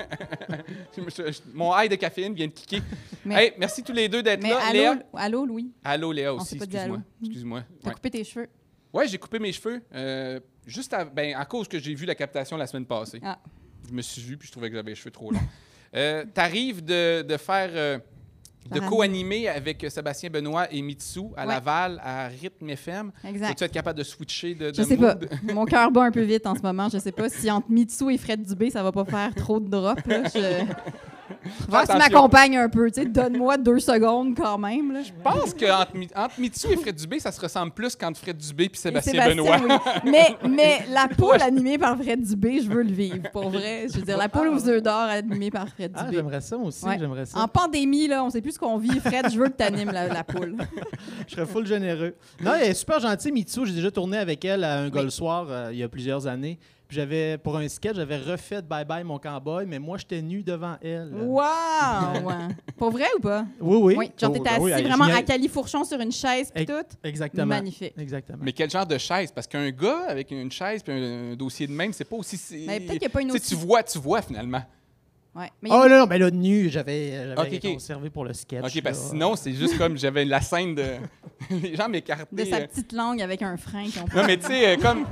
mon high de caféine vient de kicker. Mais- Hey, merci tous les deux d'être Mais là. Léa. allô, Louis? Allô, Léa On aussi, s'est pas dit excuse-moi. allô. Excuse-moi. T'as Ouais. coupé tes cheveux. Ouais, j'ai coupé mes cheveux. Juste à cause que j'ai vu la captation la semaine passée. Ah. Je me suis vu puis je trouvais que j'avais les cheveux trop longs. T'arrives de faire... de Par co-animer avec Sébastien Benoît et Mitsu à Ouais. Laval, à Rythme FM. Exact. Vas-tu être capable de switcher de Je sais pas. mood? Mon cœur bat un peu vite en ce moment. Je sais pas si entre Mitsu et Fred Dubé, ça va pas faire trop de drop. Là. Voir si attention. m'accompagne un peu. Tu sais, donne-moi 2 secondes quand même. Là. Je pense qu'entre Mitsu et Fred Dubé, ça se ressemble plus qu'entre Fred Dubé et Et Sébastien Benoît. oui. Mais la poule animée par Fred Dubé, je veux le vivre, pour vrai. Je veux dire, la poule aux œufs d'or animée par Fred Ah, Dubé. j'aimerais ça, moi aussi. Ouais. J'aimerais ça. En pandémie, là, on sait plus ce qu'on vit. Fred, je veux que tu animes la poule. Je serais full généreux. Non, elle est super gentille, Mitsu. J'ai déjà tourné avec elle à un Gold Soir il y a plusieurs années. Puis pour un sketch, j'avais refait Bye Bye mon cowboy, mais moi, j'étais nu devant elle. Wow! Pour vrai ou pas? Oui. Oui. Genre, t'étais assis Oui, vraiment génial. à califourchon sur une chaise pis tout? Exactement. Magnifique. Exactement. Mais quel genre de chaise? Parce qu'un gars avec une chaise et un dossier de même, c'est pas aussi... Mais peut-être qu'il n'y a pas une Tu autre. sais, tu vois finalement. Ouais. Mais Oh non, mais là, nu, j'avais Ok, ok. conservé pour le sketch. OK, parce que là. sinon, c'est juste comme j'avais la scène de... Les gens m'écartaient. de sa petite langue avec un frein. Non, mais tu sais, comme...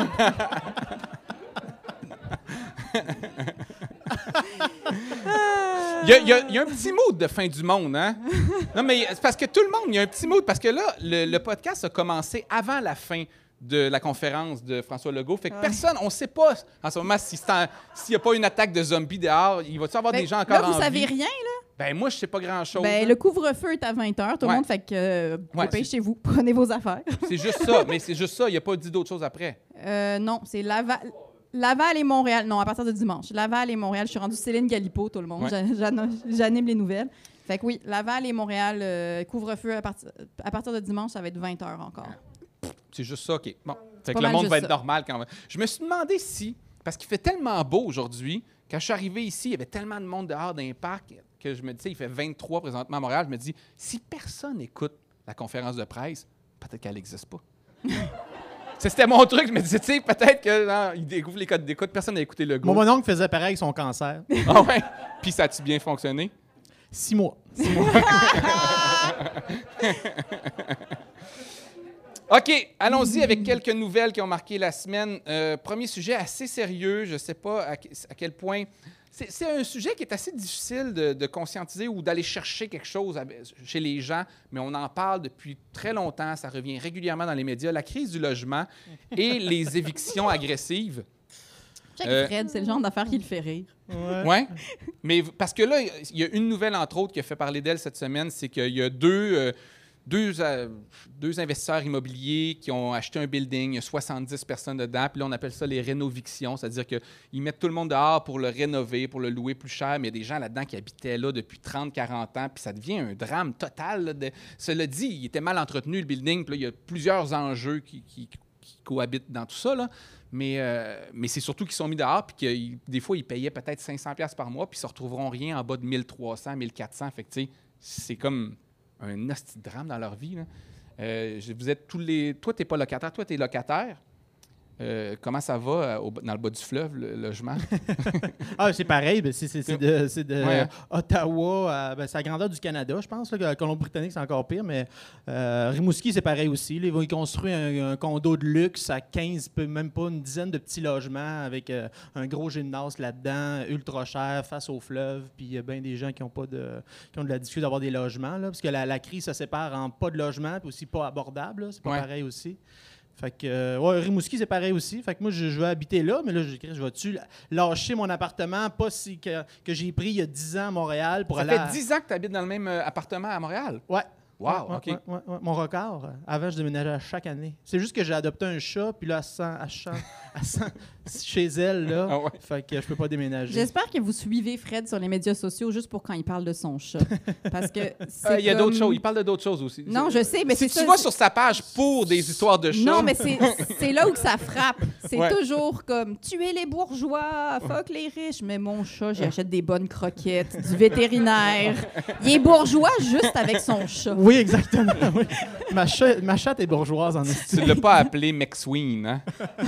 Il y a un petit mood de fin du monde, hein? Non, mais c'est parce que tout le monde, il y a un petit mood. Parce que là, le podcast a commencé avant la fin de la conférence de François Legault. Fait que personne, on ne sait pas en ce moment s'il n'y a pas une attaque de zombies dehors. Il va-tu avoir des gens encore là, vous en savez vie? rien, là? Ben moi, je sais pas grand-chose. Ben, là. le couvre-feu est à 20h. Tout le Ouais. monde fait que Ouais, dépêchez chez vous. Prenez vos affaires. C'est juste ça. Mais c'est juste ça. Il n'y a pas dit d'autre chose après. Non, c'est Laval et Montréal. Non, à partir de dimanche. Laval et Montréal. Je suis rendue Céline Galipo, tout le monde. Ouais. J'anime les nouvelles. Fait que oui, Laval et Montréal, couvre-feu à partir de dimanche, ça va être 20h encore. C'est juste ça, OK. Bon. Fait pas que le mal monde juste va être ça. normal quand même. Je me suis demandé si, parce qu'il fait tellement beau aujourd'hui, quand je suis arrivé ici, il y avait tellement de monde dehors dans les parcs que je me disais, il fait 23 présentement à Montréal, je me dis, si personne écoute la conférence de presse, peut-être qu'elle n'existe pas. C'était mon truc, je me disais, tu sais, peut-être qu'il découvre les codes d'écoute, personne n'a écouté le go. Mon oncle faisait pareil avec son cancer. Ah ouais? Puis ça a-tu bien fonctionné? 6 mois. OK, allons-y avec quelques nouvelles qui ont marqué la semaine. Premier sujet assez sérieux, je ne sais pas à quel point... C'est un sujet qui est assez difficile de conscientiser ou d'aller chercher quelque chose chez les gens, mais on en parle depuis très longtemps, ça revient régulièrement dans les médias, la crise du logement et les évictions agressives. Check Fred, c'est le genre d'affaire qui le fait rire. Oui, mais parce que là, il y a une nouvelle, entre autres, qui a fait parler d'elle cette semaine, c'est qu'il y a deux investisseurs immobiliers qui ont acheté un building, il y a 70 personnes dedans, puis là, on appelle ça les rénovictions, c'est-à-dire qu'ils mettent tout le monde dehors pour le rénover, pour le louer plus cher, mais il y a des gens là-dedans qui habitaient là depuis 30-40 ans, puis ça devient un drame total. Là, cela dit, il était mal entretenu, le building, puis là, il y a plusieurs enjeux qui cohabitent dans tout ça, là. Mais c'est surtout qu'ils sont mis dehors, puis que des fois, ils payaient peut-être 500$ par mois, puis ils ne se retrouveront rien en bas de 1300, 1400. Fait que, tu sais, c'est comme un hostie de drame dans leur vie, là. Vous êtes tous les... Toi, tu n'es pas locataire. Toi, tu es locataire. Comment ça va dans le bas du fleuve, le logement? C'est pareil. Ben, c'est de Ouais. Ottawa, c'est la grandeur du Canada, je pense. Là, que la Colombie-Britannique, c'est encore pire. Mais Rimouski, c'est pareil aussi. Là, ils vont construire un condo de luxe à 15, même pas une dizaine de petits logements avec un gros gymnase là-dedans, ultra cher, face au fleuve. Puis il y a bien des gens qui ont de la difficulté d'avoir des logements. Là, parce que la crise se sépare en pas de logement puis aussi pas abordable. Là. C'est pas pareil aussi. Fait que, Rimouski, c'est pareil aussi. Fait que moi, je vais habiter là, mais là, je vais-tu lâcher mon appartement, pas que j'ai pris il y a 10 ans à Montréal pour Ça aller. fait 10 ans que tu habites dans le même appartement à Montréal? Ouais. Wow, Ouais, OK. ouais. Mon record, avant, je déménageais à chaque année. C'est juste que j'ai adopté un chat, puis là, elle sent chez elle, là. Ah ouais. Fait que je peux pas déménager. J'espère que vous suivez Fred sur les médias sociaux juste pour quand il parle de son chat. Parce que c'est Il y a d'autres choses. Il parle de d'autres choses aussi. Non, je sais, mais si c'est tu ça. vas sur sa page pour des histoires de chats... Non, mais c'est là où que ça frappe. C'est Ouais. toujours comme tuer les bourgeois, fuck les riches. Mais mon chat, j'achète des bonnes croquettes, du vétérinaire. Il est bourgeois juste avec son chat. Oui, exactement. Oui. Ma chatte est bourgeoise en esti. Tu l'as pas appelé McSween, hein?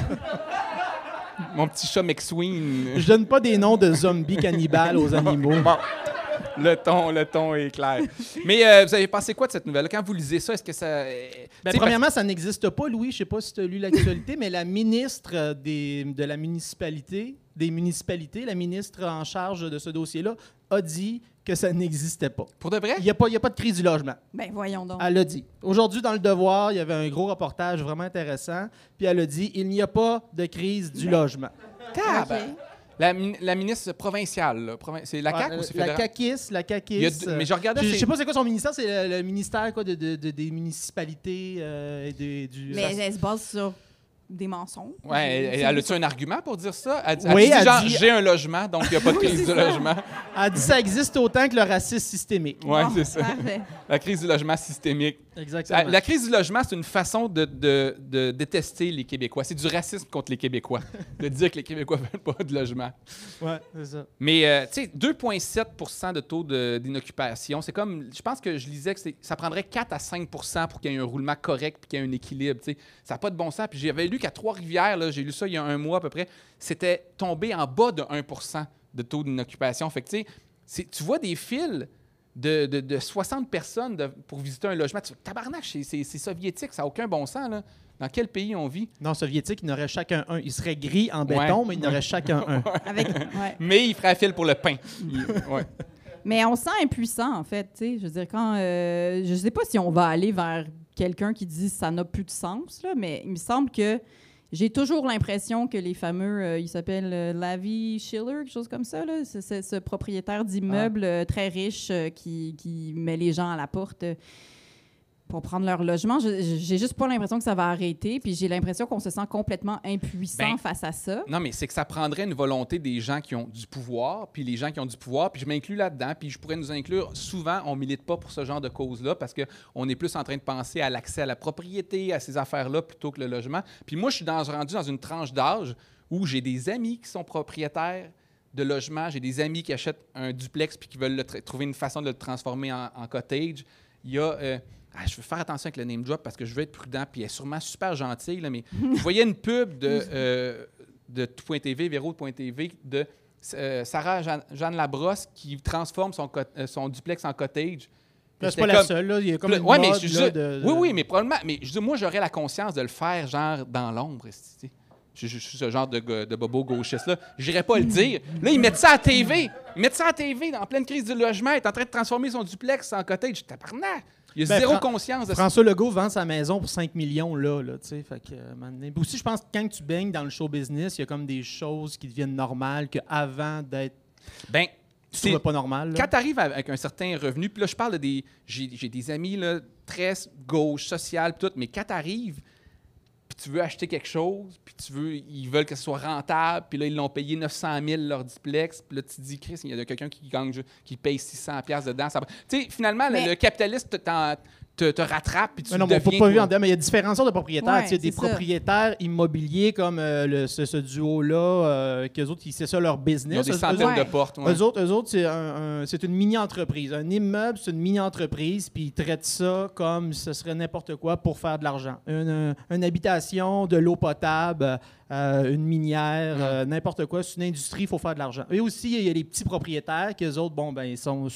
Mon petit chat McSween. Je donne pas des noms de zombies cannibales aux animaux. Bon, le ton est clair. Mais vous avez pensé quoi de cette nouvelle? Quand vous lisez ça, est-ce que ça... Premièrement, ça n'existe pas, Louis. Je sais pas si tu as lu l'actualité, mais la ministre des municipalités, la ministre en charge de ce dossier-là, a dit que ça n'existait pas. Pour de vrai? Il n'y a pas de crise du logement. Ben voyons donc. Elle l'a dit. Aujourd'hui, dans Le Devoir, il y avait un gros reportage vraiment intéressant. Puis elle a dit, il n'y a pas de crise du logement. La ministre provinciale, là, c'est la CAQ ou c'est fédéral? La CAQIS. Mais je regardais... Je sais pas c'est quoi son ministère, c'est le ministère quoi, des municipalités et du... Mais elle se base sur des mensonges. Ouais, elle a-tu un argument pour dire ça? Elle Oui, dit elle genre, dit- j'ai un logement, donc il n'y a pas de crise du logement. Elle dit ça existe autant que le racisme systémique. Oui, Bon, c'est ça. Parfait. La crise du logement systémique. Exactement. La crise du logement, c'est une façon de détester les Québécois. C'est du racisme contre les Québécois, de dire que les Québécois ne veulent pas de logement. Ouais, c'est ça. Mais, tu sais, 2,7 de taux d'inoccupation, c'est comme, je pense que je lisais que ça prendrait 4 à 5 pour qu'il y ait un roulement correct puis qu'il y ait un équilibre. Tu sais. Ça n'a pas de bon sens. Puis j'avais lu qu'à Trois-Rivières, là, j'ai lu ça il y a un mois à peu près, c'était tombé en bas de 1 de taux d'inoccupation. Fait que, tu sais, tu vois des fils de 60 personnes pour visiter un logement. Tabarnak, c'est soviétique, ça n'a aucun bon sens, là. Dans quel pays on vit? Non, soviétique, il n'aurait chacun un. Il serait gris en béton, mais il n'aurait chacun un. Mais il ferait fil pour le pain. Ouais. Mais on se sent impuissant, en fait. Tu sais, je veux dire, quand. Je sais pas si on va aller vers quelqu'un qui dit ça n'a plus de sens, là, mais il me semble que j'ai toujours l'impression que les fameux. Il s'appelle Lavi Schiller, quelque chose comme ça, là. C'est ce propriétaire d'immeuble très riche qui met les gens à la porte. Pour prendre leur logement, j'ai juste pas l'impression que ça va arrêter, puis j'ai l'impression qu'on se sent complètement impuissant face à ça. Non, mais c'est que ça prendrait une volonté des gens qui ont du pouvoir, puis les gens qui ont du pouvoir, puis je m'inclus là-dedans, puis je pourrais nous inclure. Souvent, on milite pas pour ce genre de cause-là parce qu'on est plus en train de penser à l'accès à la propriété, à ces affaires-là, plutôt que le logement. Puis moi, je suis rendu dans une tranche d'âge où j'ai des amis qui sont propriétaires de logements, j'ai des amis qui achètent un duplex puis qui veulent trouver une façon de le transformer en cottage. Il y a... je veux faire attention avec le name drop parce que je veux être prudent, puis elle est sûrement super gentille, là, mais je voyais une pub de Tout.tv, Véro.tv, de Sarah Jeanne Labrosse qui transforme son duplex en cottage. C'est pas la seule, là. Il y a comme une mode, là, Oui, mais probablement. Mais je dis, moi, j'aurais la conscience de le faire, genre, dans l'ombre. Je suis ce genre de bobo gauchiste-là. J'irais pas le dire. Là, ils mettent ça à TV. Ils mettent ça à TV, en pleine crise du logement. Il est en train de transformer son duplex en cottage. Tabarnak! Il y a zéro conscience de ça. François Legault vend sa maison pour 5 millions, là tu sais. Fait que, aussi, je pense que quand tu baignes dans le show business, il y a comme des choses qui deviennent normales qu'avant d'être... Tu trouves pas normal. Là. Quand tu arrives avec un certain revenu, puis là, je parle de des... J'ai des amis, là, très gauche, social, tout, mais quand tu arrives, puis tu veux acheter quelque chose, puis ils veulent que ce soit rentable, puis là, ils l'ont payé 900 000 leur duplex, puis là, tu te dis, Chris, il y a quelqu'un qui paye 600 $ dedans. Tu sais, finalement, le capitaliste te rattrape puis tu non, deviens... faut pas vivre en dedans, mais il y a différentes sortes de propriétaires. Ouais, Tu sais, des c'est ça. propriétaires immobiliers comme ce duo-là, qu'eux autres, c'est ça leur business. Ils ont des Eux- centaines ouais. de portes. Ouais. Eux autres, c'est une mini-entreprise. Un immeuble, c'est une mini-entreprise, puis ils traitent ça comme ce serait n'importe quoi pour faire de l'argent. Une habitation, de l'eau potable, une minière, n'importe quoi. C'est une industrie, il faut faire de l'argent. Et aussi, il y a les petits propriétaires qui, eux autres, bon, ben, ils sont...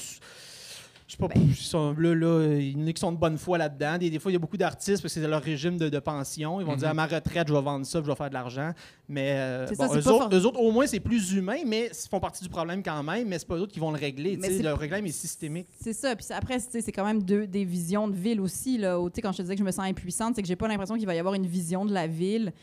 Je sais pas, ils sont là, il y en a qui sont de bonne foi là-dedans. Des fois, il y a beaucoup d'artistes parce que c'est leur régime de pension. Ils vont dire à ma retraite, je vais vendre ça, puis je vais faire de l'argent. Mais C'est bon, ça, c'est eux, pas autres, eux autres, au moins, c'est plus humain, mais ils font partie du problème quand même. Mais c'est pas eux autres qui vont le régler. Mais tu sais, c'est- le problème est systémique. C'est ça. Puis après, tu sais, c'est quand même des visions de ville aussi. Là, où, tu sais, quand je te disais que je me sens impuissante, c'est que j'ai pas l'impression qu'il va y avoir une vision de la ville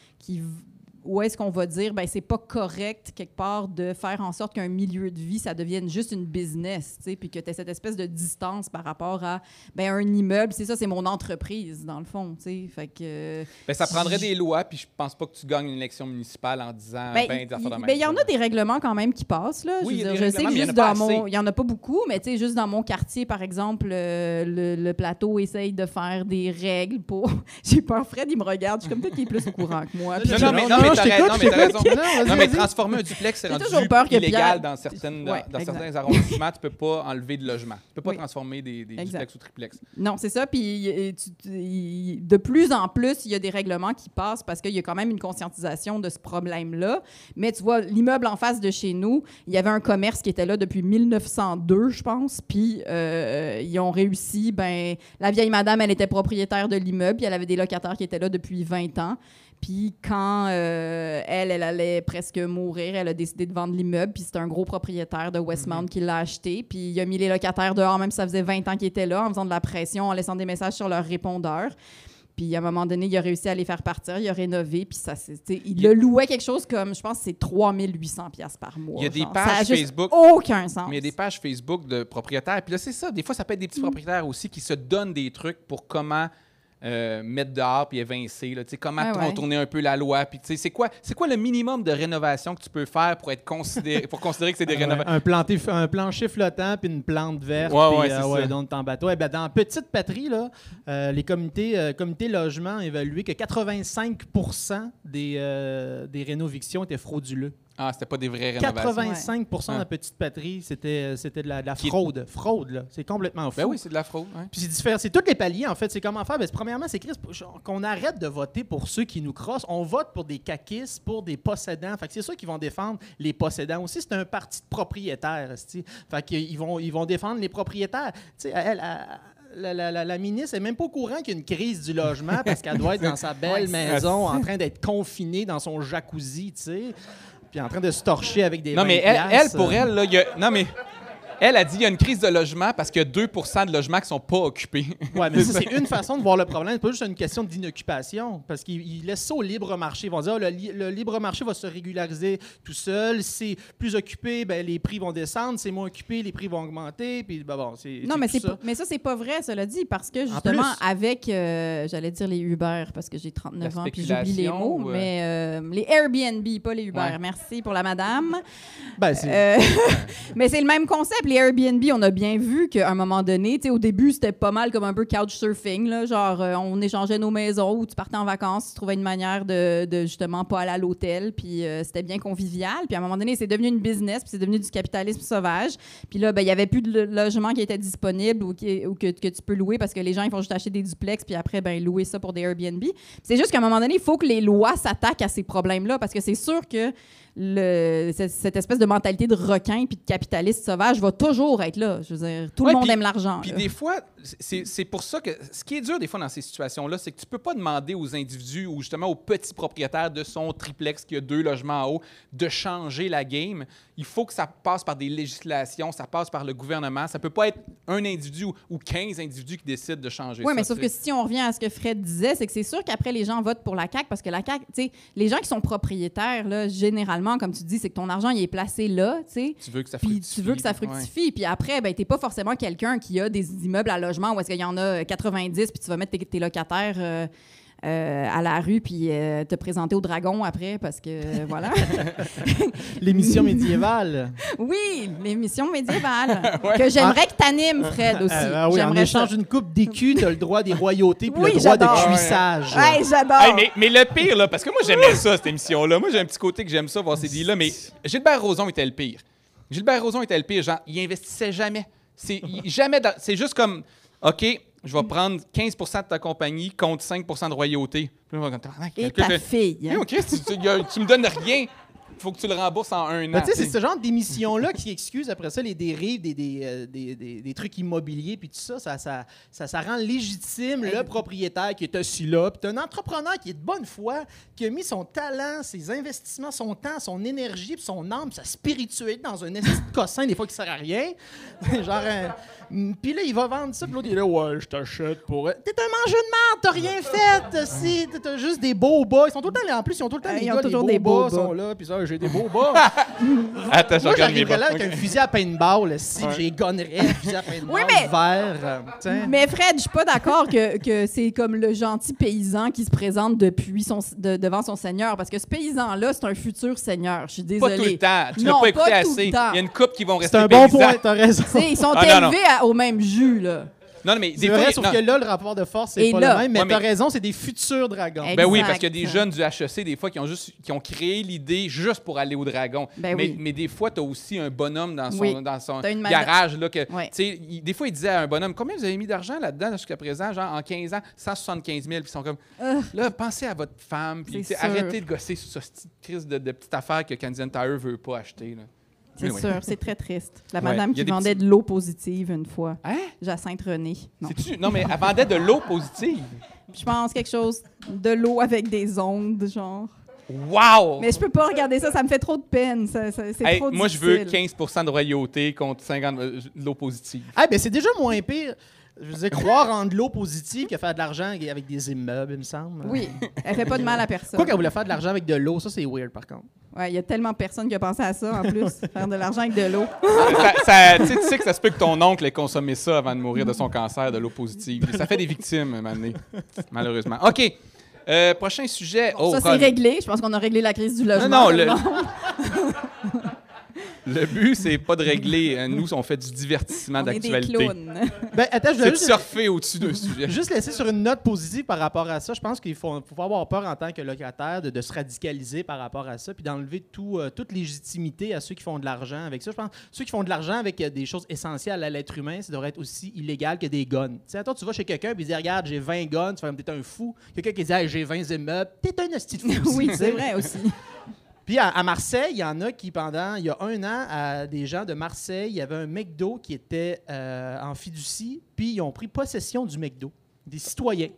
où est-ce qu'on va dire, ben c'est pas correct, quelque part, de faire en sorte qu'un milieu de vie, ça devienne juste une business, tu sais, puis que tu aies cette espèce de distance par rapport à, ben un immeuble, c'est ça, c'est mon entreprise, dans le fond, tu sais, fait que... Ben, ça prendrait des lois, puis je pense pas que tu gagnes une élection municipale en disant des affaires de même. Il y en a des règlements quand même qui passent, là. Oui, il y a je des veux dire, je sais règlements, que mais il y en juste a pas dans assez. mon... Il y en a pas beaucoup, mais tu sais, juste dans mon quartier, par exemple, le plateau essaye de faire des règles pour... J'ai peur, Fred, il me regarde, je suis comme peut-être qu'il est plus au courant que moi. puis- Non, mais t'as raison. vas-j'ai Non, mais transformer un duplex, c'est J'ai rendu toujours peur que illégal Pierre- dans certains exact. arrondissements. Tu peux pas enlever de logement. Tu peux pas Oui. transformer des Exact. duplex ou triplex. Non, c'est ça. Puis de plus en plus, il y a des règlements qui passent parce qu'il y a quand même une conscientisation de ce problème-là. Mais tu vois, l'immeuble en face de chez nous, il y avait un commerce qui était là depuis 1902, je pense. Puis ils ont réussi. Ben, la vieille madame, elle était propriétaire de l'immeuble. Puis elle avait des locataires qui étaient là depuis 20 ans. Puis quand elle allait presque mourir, elle a décidé de vendre l'immeuble. Puis c'est un gros propriétaire de Westmount qui l'a acheté. Puis il a mis les locataires dehors, même si ça faisait 20 ans qu'ils étaient là, en faisant de la pression, en laissant des messages sur leur répondeur. Puis à un moment donné, il a réussi à les faire partir, il a rénové. Puis ça, il le louait quelque chose comme, je pense, c'est 3800 $ par mois. Il y a des genre. pages Ça a juste Facebook. aucun sens. Mais il y a des pages Facebook de propriétaires. Puis là, c'est ça. Des fois, ça peut être des petits propriétaires aussi qui se donnent des trucs pour comment mettre dehors puis évincer. Là, comment Ouais, ouais. contourner un peu la loi. Puis c'est quoi le minimum de rénovation que tu peux faire pour être considéré pour considérer que c'est des rénovations? Un plancher flottant puis une plante verte. Ouais, puis, c'est ça. donc en bateau. Eh ben, dans Petite Patrie, là, les comités logements ont évalué que 85 % des rénovictions étaient frauduleux. Ah, c'était pas des vraies rénovations. 85 % de la Petite Patrie, c'était de la fraude. Fraude, là. C'est complètement fou. Ben oui, c'est de la fraude. Ouais. Puis c'est différent. C'est tous les paliers, en fait. C'est comment faire. Ben, premièrement, c'est qu'on arrête de voter pour ceux qui nous crossent. On vote pour des caquistes, pour des possédants. Fait que c'est ceux qui vont défendre les possédants aussi. C'est un parti de propriétaires. Esti. Fait qu'ils vont défendre les propriétaires. Tu sais, la ministre n'est même pas au courant qu'il y a une crise du logement parce qu'elle doit être dans sa belle maison en train d'être confinée dans son jacuzzi, tu sais, puis en train de se torcher avec des Non, mais 20 elle, pour elle, là, non, mais elle a dit qu'il y a une crise de logement parce qu'il y a 2 % de logements qui ne sont pas occupés. Oui, mais ça, c'est une façon de voir le problème. C'est pas juste une question d'inoccupation. Parce qu'ils laissent ça au libre marché. Ils vont dire le libre marché va se régulariser tout seul. C'est plus occupé, ben, les prix vont descendre. C'est moins occupé, les prix vont augmenter. Puis, ben, bon, Non, mais, tout ça. mais ça, c'est pas vrai, cela dit, parce que justement, avec, j'allais dire les Uber, parce que j'ai 39 La ans, puis j'oublie les spéculation mots, ou, mais les Airbnb, pas les Uber. Ouais. Merci pour la madame. Ben, c'est... Mais c'est le même concept. Les Airbnb, on a bien vu qu'à un moment donné, tu sais, au début, c'était pas mal comme un peu couchsurfing, là, genre on échangeait nos maisons ou tu partais en vacances, tu trouvais une manière de justement pas aller à l'hôtel, puis c'était bien convivial. Puis à un moment donné, c'est devenu une business, puis c'est devenu du capitalisme sauvage. Puis là, ben, il y avait plus de logement qui était disponible ou que tu peux louer parce que les gens, ils vont juste acheter des duplex, puis après, ben, louer ça pour des Airbnb. Puis c'est juste qu'à un moment donné, il faut que les lois s'attaquent à ces problèmes-là parce que c'est sûr que cette espèce de mentalité de requin puis de capitaliste sauvage va toujours être là. Je veux dire, tout le monde aime l'argent. Puis là. des fois, c'est pour ça que ce qui est dur des fois dans ces situations-là, c'est que tu peux pas demander aux individus ou justement aux petits propriétaires de son triplex qui a 2 logements en haut de changer la game. Il faut que ça passe par des législations, ça passe par le gouvernement. Ça peut pas être un individu ou 15 individus qui décident de changer ça. Oui, mais sauf que si on revient à ce que Fred disait, c'est que c'est sûr qu'après, les gens votent pour la CAQ parce que la CAQ, tu sais, les gens qui sont propriétaires, là, généralement, comme tu dis, c'est que ton argent, il est placé là, tu sais. Tu veux que ça Puis fructifie. tu veux que ça fructifie. Puis après, ben, t'es pas forcément quelqu'un qui a des immeubles à logement où est-ce qu'il y en a 90 puis tu vas mettre tes locataires à la rue puis te présenter au dragon après parce que voilà. L'émission médiévale. Oui, l'émission médiévale que j'aimerais que t'animes, Fred, aussi. Oui, en J'aimerais échange ça. d'une coupe d'écus, t'as le droit des royautés puis Oui, le droit j'adore. de cuissage. Ouais, j'adore. Hey, mais le pire, là, parce que moi, j'aimais ça, cette émission-là. Moi, j'ai un petit côté que j'aime ça, voir ces deals-là, mais Gilbert Rozon était le pire. Gilbert Rozon était le pire. Genre, il investissait jamais. C'est juste comme, OK, je vais prendre 15 % de ta compagnie contre 5 % de royauté. Puis là, Et ta fille. Hey, OK, tu me donnes rien. Il faut que tu le rembourses en 1 an. Ben, tu sais, c'est ce genre d'émission-là qui excuse après ça les dérives des trucs immobiliers puis tout ça. Ça rend légitime le propriétaire qui est assis là. Puis t'as un entrepreneur qui est de bonne foi, qui a mis son talent, ses investissements, son temps, son énergie, puis son âme, sa spiritualité dans un esti de cossin des fois qui sert à rien. Genre, puis là, il va vendre ça, puis l'autre, il est là, ouais, je t'achète pour... T'es un mangeur de merde, t'as rien fait, si, t'as juste des beaux bas. Ils sont tout le temps là, en plus, ils ont tout le temps Ils les ont gars, toujours les des beaux beaux bas bas. sont là, puis ça, j'ai des beaux bas. Attends, je Moi, regarde mes j'arriverais là bas. avec un fusil à paintball, si j'ai gonnerais un fusil à paintball Oui, mais- vert. Mais Fred, je suis pas d'accord que c'est comme le gentil paysan qui se présente devant son seigneur, parce que ce paysan-là, c'est un futur seigneur. Je suis Pas désolée. tout le temps. Tu n'as Non, pas écouté pas tout assez. le temps. Il y a une couple qui vont C'est rester un bon paysans. point, t'as raison. Tu sais, ils sont Ah, non, élevés au même jus, là. Non, mais C'est des vrai, fois, sauf non. que là, le rapport de force, c'est Et pas là- le même. Mais Ouais, t'as mais- raison, c'est des futurs dragons. Exact. Ben oui, parce qu'il y a des jeunes du HEC, des fois, qui ont créé l'idée juste pour aller au dragon. Ben mais, oui. mais des fois, tu as aussi un bonhomme dans son, Oui. dans son T'as une garage. Là, que, Ouais. tu sais, des fois, il disait à un bonhomme, combien vous avez mis d'argent là-dedans jusqu'à présent? Genre, en 15 ans, 175 000. Puis ils sont comme, là, pensez à votre femme. Puis C'est tu sais, sûr. arrêtez de gosser sur ce petite crise de petite affaire que Canadian Tire veut pas acheter. Là. C'est Anyway. sûr, c'est très triste. La Ouais, madame il y a qui des vendait petits- de l'eau positive une fois. Hein? Jacinthe René. Non. Non, mais elle vendait de l'eau positive. Je pense quelque chose de l'eau avec des ondes, genre. Wow! Mais je peux pas regarder ça, ça me fait trop de peine. C'est Hey, trop moi, je veux difficile. 15 % de royauté contre 50 de l'eau positive. Ah, ben c'est déjà moins pire. Je veux dire, croire en de l'eau positive que faire de l'argent avec des immeubles, il me semble. Oui, elle fait pas de mal à personne. Quoi qu'elle voulait faire de l'argent avec de l'eau, ça, c'est weird, par contre. Ouais, il y a tellement de personnes qui ont pensé à ça, en plus, faire de l'argent avec de l'eau. Tu sais que ça se peut que ton oncle ait consommé ça avant de mourir de son cancer, de l'eau positive. Ça fait des victimes, à un moment donné, malheureusement. OK. Prochain sujet. Oh, Ça, c'est Colin. réglé. Je pense qu'on a réglé la crise du logement. Non, là. le but, c'est pas de régler. Nous, on fait du divertissement On est des d'actualité. clowns. Ben, attends, je C'est voulais de juste, surfer au-dessus d'un sujet. juste laisser sur une note positive par rapport à ça. Je pense qu'il faut pas avoir peur en tant que locataire de se radicaliser par rapport à ça, puis d'enlever toute légitimité à ceux qui font de l'argent avec ça. Je pense que ceux qui font de l'argent avec des choses essentielles à l'être humain, ça devrait être aussi illégal que des guns. Tu sais, toi, tu vas chez quelqu'un et il dit regarde, j'ai 20 guns, tu fais comme t'es un fou. Quelqu'un qui dit hey, j'ai 20 immeubles, t'es un hostie de fou. Oui, aussi, c'est tu sais. vrai aussi. Puis à Marseille, il y en a qui, il y a 1 an, à des gens de Marseille, il y avait un McDo qui était en fiducie, puis ils ont pris possession du McDo. Des citoyens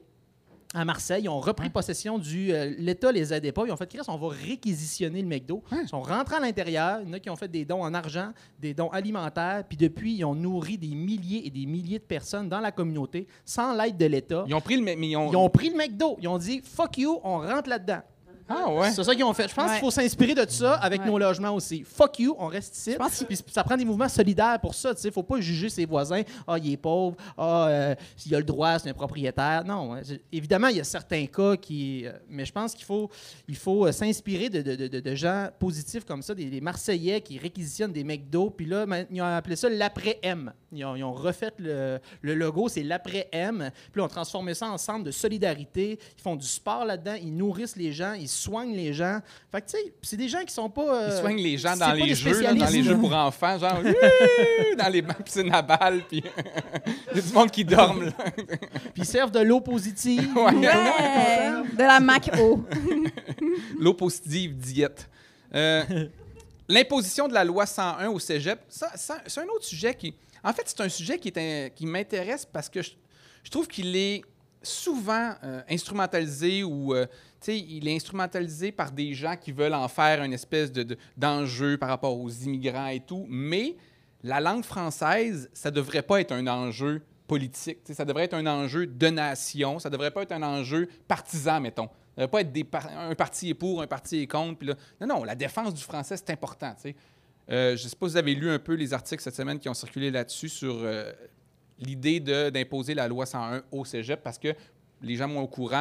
à Marseille, ils ont repris possession du... L'État les aidait pas. Ils ont fait, Chris, on va réquisitionner le McDo. Ils sont rentrés à l'intérieur. Il y en a qui ont fait des dons en argent, des dons alimentaires, puis depuis, ils ont nourri des milliers et des milliers de personnes dans la communauté sans l'aide de l'État. Ils ont pris le... Mais Ils ont pris le McDo. Ils ont dit « fuck you, on rentre là-dedans ». Ah ouais? C'est ça qu'ils ont fait. Je pense Ouais. qu'il faut s'inspirer de ça avec Ouais. nos logements aussi. Fuck you, on reste ici. Je pense qu'il- Puis ça prend des mouvements solidaires pour ça. Il ne faut pas juger ses voisins. Ah, il est pauvre. Ah, il a le droit, c'est un propriétaire. Non. Évidemment, il y a certains cas qui. Mais je pense qu'il faut s'inspirer de gens positifs comme ça, des Marseillais qui réquisitionnent des McDo. Puis là, ils ont appelé ça l'après-M. Ils ont refait le logo, c'est l'après-M. Puis là, on transformé ça ensemble de solidarité. Ils font du sport là-dedans. Ils nourrissent les gens. Ils soignent les gens. Fait que, tu sais, c'est des gens qui sont pas... Ils soignent les gens c'est dans pas les des jeux, là, dans les spécialistes, jeux là. pour enfants, genre dans les piscines à balles, puis il y a du monde qui dorme. Là. Puis ils servent de l'eau positive. Ouais. Ouais, de la Mac-O. L'eau positive diète. L'imposition de la loi 101 au cégep, ça, c'est un autre sujet qui... En fait, c'est un sujet qui m'intéresse parce que je trouve qu'il est souvent instrumentalisé ou... tu sais, il est instrumentalisé par des gens qui veulent en faire une espèce d'enjeu par rapport aux immigrants et tout, mais la langue française, ça ne devrait pas être un enjeu politique. Tu sais, ça devrait être un enjeu de nation, ça ne devrait pas être un enjeu partisan, mettons. Ça ne devrait pas être un parti est pour, un parti est contre. Puis là, non, la défense du français, c'est important. Tu sais. Je ne sais pas si vous avez lu un peu les articles cette semaine qui ont circulé là-dessus sur l'idée d'imposer la loi 101 au cégep parce que les gens moins au courant,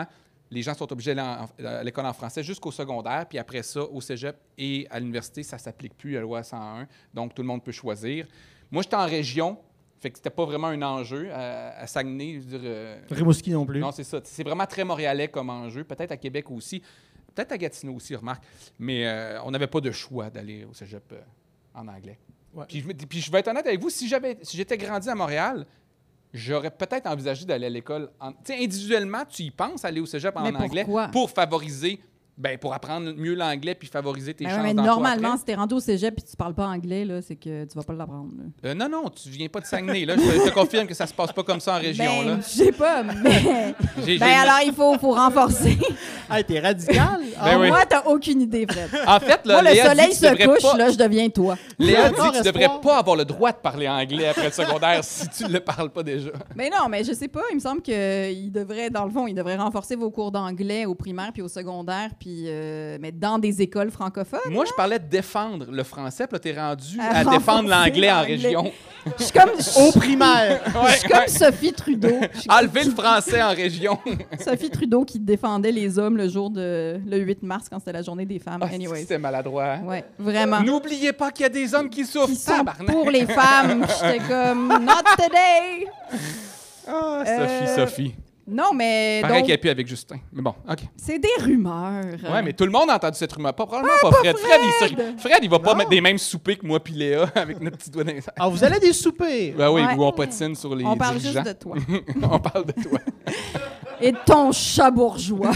les gens sont obligés d'aller à l'école en français jusqu'au secondaire, puis après ça, au cégep et à l'université, ça ne s'applique plus à la loi 101, donc tout le monde peut choisir. Moi, j'étais en région, fait que c'était pas vraiment un enjeu. À Saguenay, je veux dire... Rimouski non plus. Non, c'est ça. C'est vraiment très montréalais comme enjeu. Peut-être à Québec aussi. Peut-être à Gatineau aussi, remarque. Mais on n'avait pas de choix d'aller au cégep en anglais. Ouais. Puis je vais être honnête avec vous, si j'étais grandi à Montréal, j'aurais peut-être envisagé d'aller à l'école. Tu sais, individuellement, tu y penses aller au cégep en anglais pour favoriser... Ben, pour apprendre mieux l'anglais puis favoriser tes chances mais d'emploi normalement, après. si t'es rendu au cégep et tu parles pas anglais, là, c'est que tu vas pas l'apprendre. Non, tu viens pas de Saguenay. Là. Je te confirme que ça se passe pas comme ça en région. Là. Je sais pas, mais... J'ai- alors, il faut renforcer. Hey, t'es radical? Ben oui. Moi, t'as aucune idée, Fred. En fait, là, Moi, le Léa soleil dit que tu se devrais couche, pas... là, je deviens toi. Léa dit Encore que tu devrais espoir. pas avoir le droit de parler anglais après le secondaire si tu ne le parles pas déjà. Mais non, mais je sais pas. Il me semble qu'il devrait, dans le fond, il devrait renforcer vos cours d'anglais au primaire puis au secondaire, puis mais dans des écoles francophones. Moi, je parlais de défendre le français, puis là, t'es rendu À à défendre renforcer l'anglais en l'anglais. région. Je suis comme, Au primaire. je suis comme Sophie Trudeau. Je suis Enlever le français en région. Sophie Trudeau qui défendait les hommes le 8 mars quand c'était la journée des femmes. Ah, Anyways. c'était maladroit. Hein? Ouais, vraiment. N'oubliez pas qu'il y a des hommes qui souffrent. Qui sont Tabarnak. pour les femmes. J'étais comme, not today. Ah, Euh, Sophie. Non, mais Pareil donc, qu'elle est plus avec Justin. Mais bon, OK. c'est des rumeurs. Ouais, mais tout le monde a entendu cette rumeur. Probablement pas Fred. Fred, il va pas mettre des mêmes soupers que moi puis Léa avec notre petit doigt dans les airs. Ah, vous allez à des soupers. Ben oui, Ouais. où on patine sur les On parle dirigeants. juste de toi. On parle de toi. Et de ton chat bourgeois.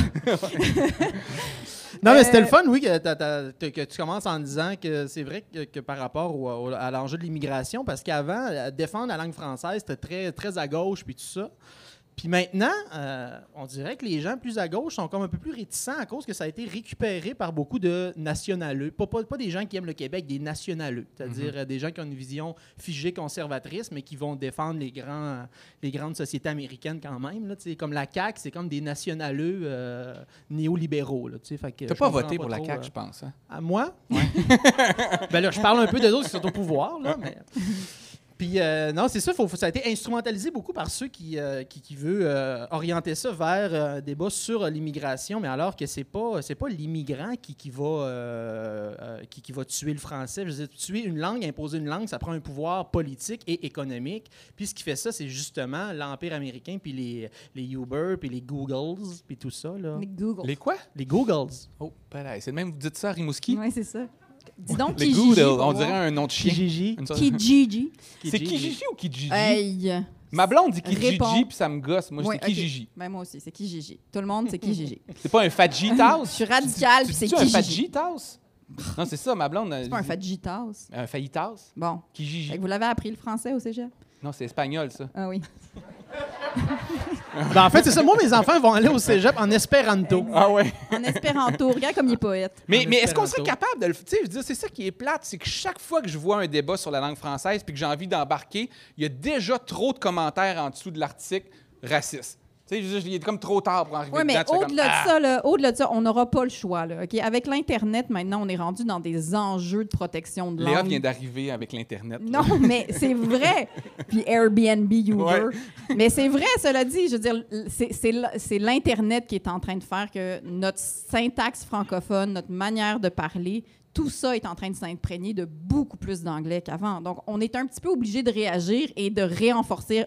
Non, mais c'était le fun, oui, que tu commences en disant que c'est vrai que par rapport à l'enjeu de l'immigration, parce qu'avant, défendre la langue française, c'était très, très à gauche, puis tout ça. Puis maintenant, on dirait que les gens plus à gauche sont comme un peu plus réticents à cause que ça a été récupéré par beaucoup de nationaleux. Pas des gens qui aiment le Québec, des nationaleux. C'est-à-dire des gens qui ont une vision figée conservatrice, mais qui vont défendre les grandes sociétés américaines quand même. Là, comme la CAQ, c'est comme des nationaleux néolibéraux. Là, fait que T'as je pas comprends voté pour la trop, CAQ, je pense. Hein? À moi? Ben là, je parle un peu des autres qui sont au pouvoir, là, mais... Puis, non, c'est ça, ça a été instrumentalisé beaucoup par ceux qui veulent orienter ça vers un débat sur l'immigration, mais alors que c'est pas l'immigrant qui va tuer le français. Je veux dire, tuer une langue, imposer une langue, ça prend un pouvoir politique et économique. Puis ce qui fait ça, c'est justement l'Empire américain, puis les Uber, puis les Googles, puis tout ça. Là. Les Google. Les quoi? Les Googles. Oh, ben là, c'est le même, vous dites ça à Rimouski? Oui, c'est ça. Dis donc, Les Kijiji. Goodles, on dirait un nom de chien. Kijiji. Une sorte- Kijiji. C'est Kijiji ou Kijiji? Hey. Ma blonde dit Kijiji, Réponds. puis ça me gosse. Moi, je Ouais, dis Kijiji. ok. Ben, moi aussi, c'est Kijiji. Tout le monde, c'est Kijiji. C'est pas un Fajitas? Je suis radicale, puis c'est un Kijiji. Fajitas? Non, c'est ça, ma blonde. C'est pas un fajitas. Un fajitas? Bon. Kijiji. Fait que vous l'avez appris le français au cégep? Non, c'est espagnol, ça. Ah oui. Ben, en fait, c'est ça. Moi, mes enfants vont aller au cégep en espéranto. Ah ouais. En espéranto. Regarde comme il est poète. Mais En est-ce qu'on espéranto. serait capable de le... Tu sais, je veux dire, c'est ça qui est plate, c'est que chaque fois que je vois un débat sur la langue française puis que j'ai envie d'embarquer, il y a déjà trop de commentaires en dessous de l'article racistes. Tu sais, je veux dire, il est comme trop tard pour arriver Oui, mais dedans. Tu fais au-delà comme, de ça, là, au-delà de ça, on n'aura pas le choix. Là, OK? Avec l'Internet, maintenant, on est rendu dans des enjeux de protection de Léa langue. vient d'arriver avec l'Internet. là. Non, mais c'est vrai. Puis Airbnb, Uber. Ouais. Mais c'est vrai, cela dit. Je veux dire, c'est l'Internet qui est en train de faire que notre syntaxe francophone, notre manière de parler, tout ça est en train de s'imprégner de beaucoup plus d'anglais qu'avant. Donc, on est un petit peu obligé de réagir et de réenforcer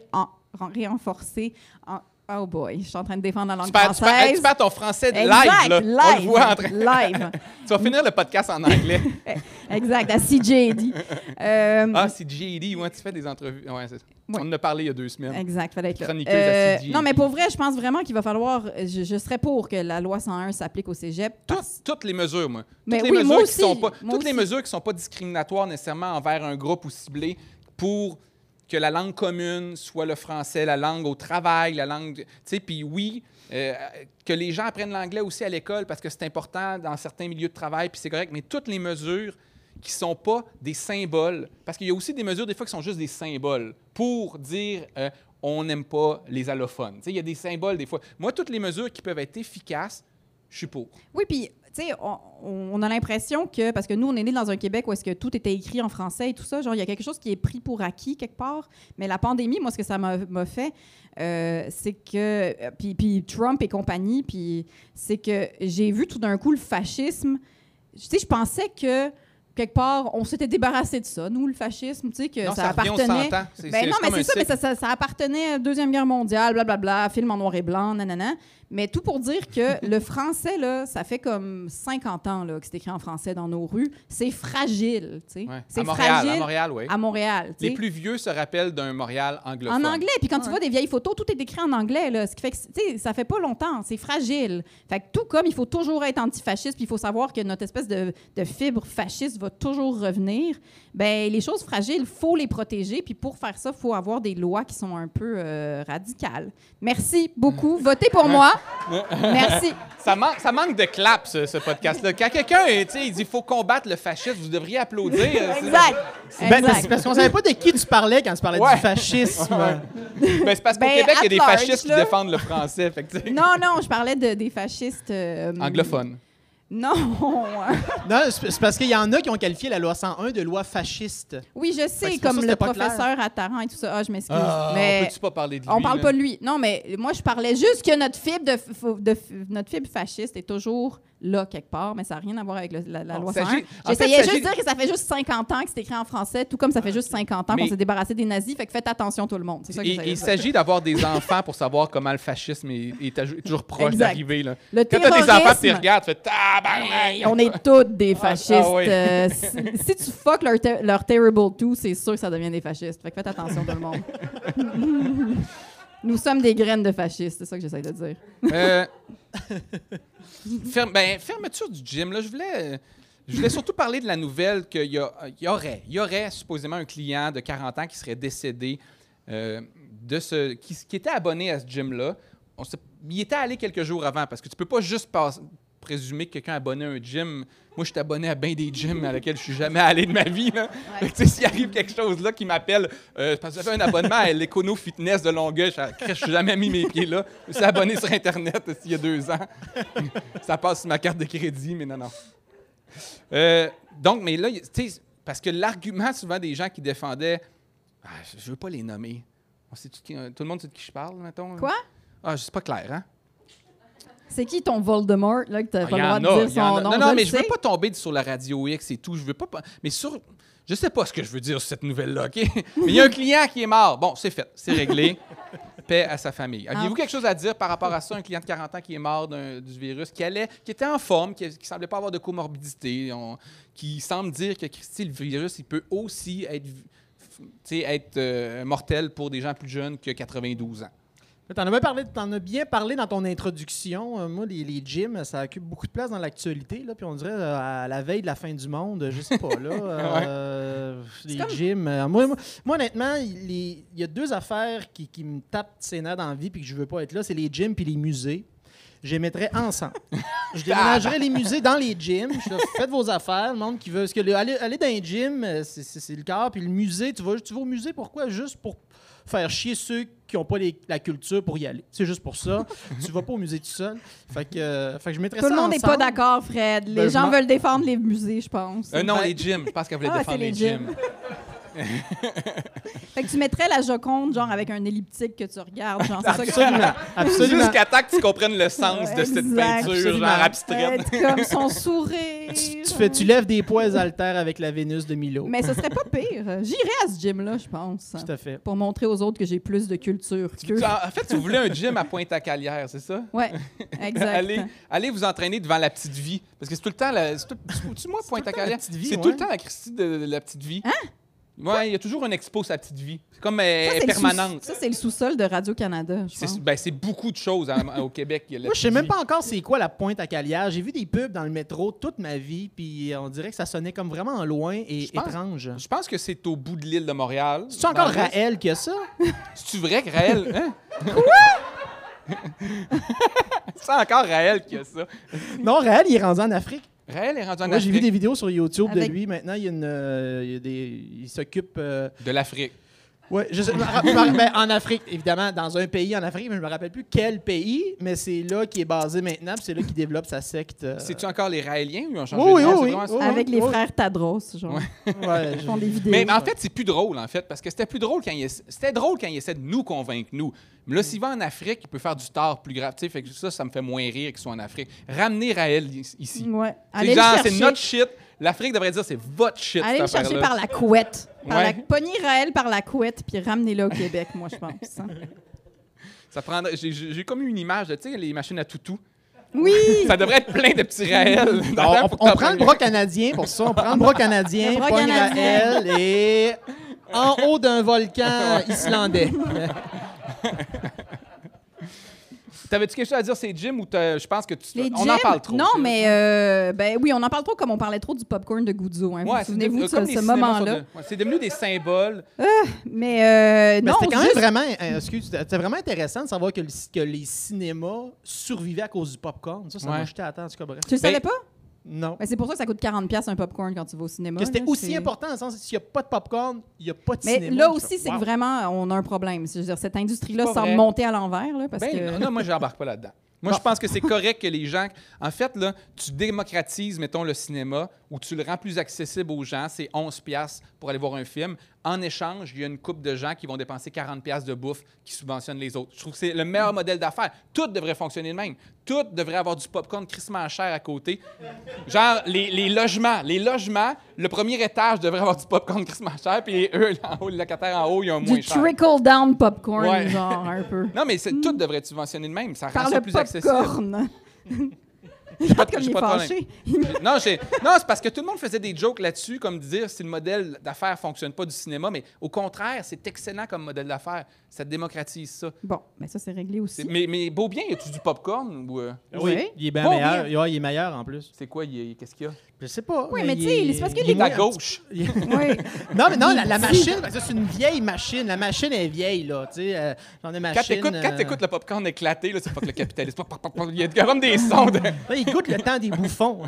en... Oh boy, je suis en train de défendre la langue Tu perds française. ton français de Exact, live, là. On le voit en train... live. Tu vas finir le podcast en anglais. Exact, à CJD. Ah, c'est JD, ouais, tu fais des entrevues. Ouais, c'est ça. Ouais. On en a parlé il y a 2 semaines. Exact, fallait être là. Chroniqueuse à CJD. Non, mais pour vrai, je pense vraiment qu'il va falloir... Je serais pour que la loi 101 s'applique au cégep. Toutes les mesures, moi. Mais Toutes les oui, mesures moi qui sont aussi. pas, Moi toutes les aussi. mesures qui ne sont pas discriminatoires nécessairement envers un groupe ou ciblé pour que la langue commune soit le français, la langue au travail, la langue... Tu sais, puis oui, que les gens apprennent l'anglais aussi à l'école parce que c'est important dans certains milieux de travail, puis c'est correct, mais toutes les mesures qui ne sont pas des symboles, parce qu'il y a aussi des mesures des fois qui sont juste des symboles pour dire on n'aime pas les allophones. Tu sais, il y a des symboles des fois. Moi, toutes les mesures qui peuvent être efficaces, je suis pour. Oui, puis, tu sais, on a l'impression que, parce que nous, on est nés dans un Québec où est-ce que tout était écrit en français et tout ça, genre, il y a quelque chose qui est pris pour acquis quelque part, mais la pandémie, moi, ce que ça m'a fait, c'est que, puis Trump et compagnie, puis c'est que j'ai vu tout d'un coup le fascisme. Tu sais, je pensais que quelque part, on s'était débarrassé de ça, nous, le fascisme, tu sais, que Non, ça revient aux appartenait... 100 ans. Non, mais c'est ça, mais ça appartenait à la Deuxième Guerre mondiale, blablabla, film en noir et blanc, nanana. Mais tout pour dire que le français, là, ça fait comme 50 ans là, que c'est écrit en français dans nos rues. C'est fragile, tu sais. Ouais. C'est À Montréal, fragile à Montréal, oui. à Montréal, tu Les sais. plus vieux se rappellent d'un Montréal anglophone. En anglais, puis quand tu vois des vieilles photos, tout est écrit en anglais, là, ce qui fait que, tu sais, ça fait pas longtemps, c'est fragile. Fait que tout comme il faut toujours être antifasciste, puis il faut savoir que notre espèce de fibre fasciste va toujours revenir, ben les choses fragiles, il faut les protéger, puis pour faire ça, il faut avoir des lois qui sont un peu radicales. Merci beaucoup. Votez pour moi. Merci. Ça manque de clap, ce podcast-là. Quand quelqu'un il dit « faut combattre le fascisme », vous devriez applaudir. Exact. Ben, Exact. c'est parce qu'on savait pas de qui tu parlais quand tu parlais Ouais. du fascisme. Ben, c'est parce qu'au Ben, Québec, il y a des at large, fascistes qui là. défendent le français. Fait que, tu sais, Non, je parlais des fascistes... anglophones. Non. Non, c'est parce qu'il y en a qui ont qualifié la loi 101 de loi fasciste. Oui, je Fait sais, que c'est pour comme ça que le c'était pas clair. professeur Attaran et tout ça. Ah, je m'excuse. On mais peut-tu pas parler de lui? on parle là? pas de lui. Non, mais moi, je parlais juste que notre fibre notre fibre fasciste est toujours là quelque part, mais ça n'a rien à voir avec la loi 101. J'essayais juste de dire que ça fait juste 50 ans que c'est écrit en français, tout comme ça fait juste 50 ans Mais- qu'on s'est débarrassé des nazis. Fait que faites attention tout le monde. C'est ça que j'essayais de Il dire. s'agit d'avoir des enfants pour savoir comment le fascisme est toujours proche Exact. d'arriver. Là. Le Quand t'as des enfants, tu les terrorisme, regardes, tu fais tabarnak! hey, on est toutes des fascistes. oui. Si tu fuck leur Terrible 2, c'est sûr que ça devient des fascistes. Fait que faites attention tout le monde. Nous sommes des graines de fascistes, c'est ça que j'essaie de dire. Fermeture du gym. Là, je voulais surtout parler de la nouvelle qu'il y aurait supposément un client de 40 ans qui serait décédé qui était abonné à ce gym-là. Il était allé quelques jours avant parce que tu peux pas juste présumer que quelqu'un est abonné à un gym. Moi, je suis abonné à bien des gyms à lesquels je suis jamais allé de ma vie. Là. Ouais. Tu sais, s'il arrive quelque chose là qui m'appelle, parce que j'avais un abonnement à l'Econo Fitness de Longueuil, je suis jamais mis mes pieds là. Je me suis abonné sur Internet il y a 2 ans. Ça passe sur ma carte de crédit, mais non. Donc, mais là, tu sais, parce que l'argument souvent des gens qui défendaient, je veux pas les nommer. Tout le monde sait de qui je parle, mettons. Quoi? C'est pas clair, hein? C'est qui ton Voldemort, là, que t'as pas Il y le droit en de a, dire il y en son a. nom? Non, mais le je veux sais. pas tomber sur la radio X et tout. Je veux pas. Mais je sais pas ce que je veux dire sur cette nouvelle-là, OK? Mais il y a un client qui est mort. Bon, c'est fait. C'est réglé. Paix à sa famille. Aviez-vous quelque chose à dire par rapport à ça? Un client de 40 ans qui est mort du virus, qui était en forme, qui semblait pas avoir de comorbidité, qui semble dire que Christy, le virus, il peut aussi être mortel pour des gens plus jeunes que 92 ans. T'en as bien parlé dans ton introduction. Moi, les gyms, ça occupe beaucoup de place dans l'actualité. Là, puis on dirait à la veille de la fin du monde, je sais pas. Là, les gyms. Moi, honnêtement, il y a 2 affaires qui me tapent ses nerfs dans la vie puis que je veux pas être là. C'est les gyms puis les musées. Je les mettrais ensemble. Je déménagerais les musées dans les gyms. Faites vos affaires, le monde qui veut. Parce que aller dans un gym, c'est le corps. Puis le musée, tu vas au musée, pourquoi? Juste pour faire chier ceux qui n'ont pas la culture pour y aller. C'est juste pour ça. Tu vas pas au musée tout seul. Fait que je mettrais Tout ça le monde n'est ensemble. pas d'accord, Fred. Les Ben, gens veulent défendre les musées, je pense. Non, Ben- les gyms. Je pense qu'elle voulait Ah, défendre c'est les les gyms. Fait que tu mettrais la Joconde, genre, avec un elliptique que tu regardes. Genre, c'est ça que Absolument. Absolument. Jusqu'à temps que tu comprennes le sens de cette Exact. peinture, Absolument. genre abstraite. Comme son sourire. Tu lèves des poids haltères avec la Vénus de Milo. Mais ce serait pas pire. J'irais à ce gym-là, je pense. Tout à fait. Pour montrer aux autres que j'ai plus de culture qu'eux. En fait, tu voulais un gym à Pointe-à-Calière, c'est ça? Ouais, exact. Allez vous entraîner devant la petite vie. Parce que c'est tout le temps... Tu moi, Pointe-à-Calière? Petite Vie, C'est ouais. tout le temps la Christie de la petite vie. Hein? Oui, il y a toujours une expo sur la petite vie. C'est comme Ça, c'est le permanente. Ça, c'est le sous-sol de Radio-Canada, je pense. C'est beaucoup de choses au Québec. Il y a la Moi, je sais petite même vie. pas encore c'est quoi la Pointe-à-Calière. J'ai vu des pubs dans le métro toute ma vie, puis on dirait que ça sonnait comme vraiment loin et Je pense- étrange. Je pense que c'est au bout de l'île de Montréal. C'est encore Dans l'est. Raël qui a ça? C'est-tu vrai que Raël... Hein? Quoi? C'est encore Raël qui a ça. Non, Raël, il est rendu en Afrique. Raël est rendu en Moi, j'ai vu Afrique. des vidéos sur YouTube de Avec- lui. Maintenant, il s'occupe... De l'Afrique. Ouais, en Afrique, évidemment, dans un pays en Afrique, mais je me rappelle plus quel pays, mais c'est là qui est basé maintenant, puis c'est là qu'il développe sa secte. C'est-tu encore les Raéliens ou ils ont changé de nom? Oui. Avec les frères Tadros, genre. Ouais, Ils font des vidéos. Mais en fait, c'est plus drôle, en fait, parce que c'était drôle quand il essaie de nous convaincre, nous. Mais là, s'il va en Afrique, il peut faire du tort plus grave. Tu sais, fait que ça me fait moins rire qu'il soit en Afrique. Ramener Raël ici. Ouais. C'est Allez le genre, chercher. c'est notre shit. L'Afrique devrait dire c'est votre shit. Allez le cette chercher affaire-là. par la couette. Pognez Raël par la couette, puis ramenez-le au Québec, moi, je pense. Hein. Ça prendrait. J'ai comme une image de, tu sais, les machines à toutou. Oui! Ça devrait être plein de petits Raël. On prend le bras canadien pour ça. On prend le bras canadien, Le bras pogne canadien. Raël et en haut d'un volcan islandais. T'avais-tu quelque chose à dire, c'est Jim, ou je pense que Les on en gyms? parle trop? Non, tu sais. mais ben oui, on en parle trop comme on parlait trop du popcorn de Guzzo. Hein. Ouais, Vous souvenez-vous de comme les ce cinémas moment-là? c'est devenu des symboles. Mais Mais non, c'était quand juste- même vraiment, c'était vraiment intéressant de savoir que les cinémas survivaient à cause du popcorn. Ça m'a Ouais. jeté à terre, en tout cas, bref. Tu le savais pas? Non. Ben, c'est pour ça que ça coûte 40$ un popcorn quand tu vas au cinéma. Que c'était là, aussi c'est- important, dans le sens que s'il n'y a pas de popcorn, il n'y a pas de Mais cinéma. là Je aussi, fais, c'est wow. que vraiment, on a un problème. Je veux dire, cette industrie-là C'est pas semble vrai. monter à l'envers. Là, parce Ben, que... non, moi, j'embarque pas là-dedans. Moi, je pense que c'est correct que les gens... En fait, là, tu démocratises, mettons, le cinéma, ou tu le rends plus accessible aux gens. C'est 11$ pour aller voir un film. En échange, il y a une couple de gens qui vont dépenser 40$ de bouffe qui subventionnent les autres. Je trouve que c'est le meilleur modèle d'affaires. Tout devrait fonctionner de même. Tout devrait avoir du popcorn crissement cher à côté. Genre, les logements. Les logements, le premier étage devrait avoir du popcorn crissement cher, puis eux, en haut, les locataires en haut, ils ont moins Du cher. trickle-down popcorn, Ouais. genre, un peu. Non, mais tout devrait être subventionné de même. Ça rend Par ça le plus accessible. popcorn. J'ai pas de- Comme j'ai il est pas de problème. fâché. Non, c'est parce que tout le monde faisait des jokes là-dessus, comme dire si le modèle d'affaires ne fonctionne pas du cinéma, mais au contraire, c'est excellent comme modèle d'affaires. Ça démocratise ça. Bon, mais ça, c'est réglé aussi. Mais Beaubien, y a-tu du popcorn ou Oui. Il est bien Bon, meilleur. bien. Ouais, il est meilleur en plus. c'est quoi? Qu'est-ce qu'il y a? Je sais pas. Oui, mais tu sais, c'est parce qu'il Il est est à moins- gauche. il- Oui. Non, mais non, la machine, parce que c'est une vieille machine. La machine est vieille, là. Tu sais, genre des Quand machines. t'écoutes le popcorn éclater, là, c'est pas que le capitalisme. Il y a comme des sons. Là, il goûte le temps des bouffons.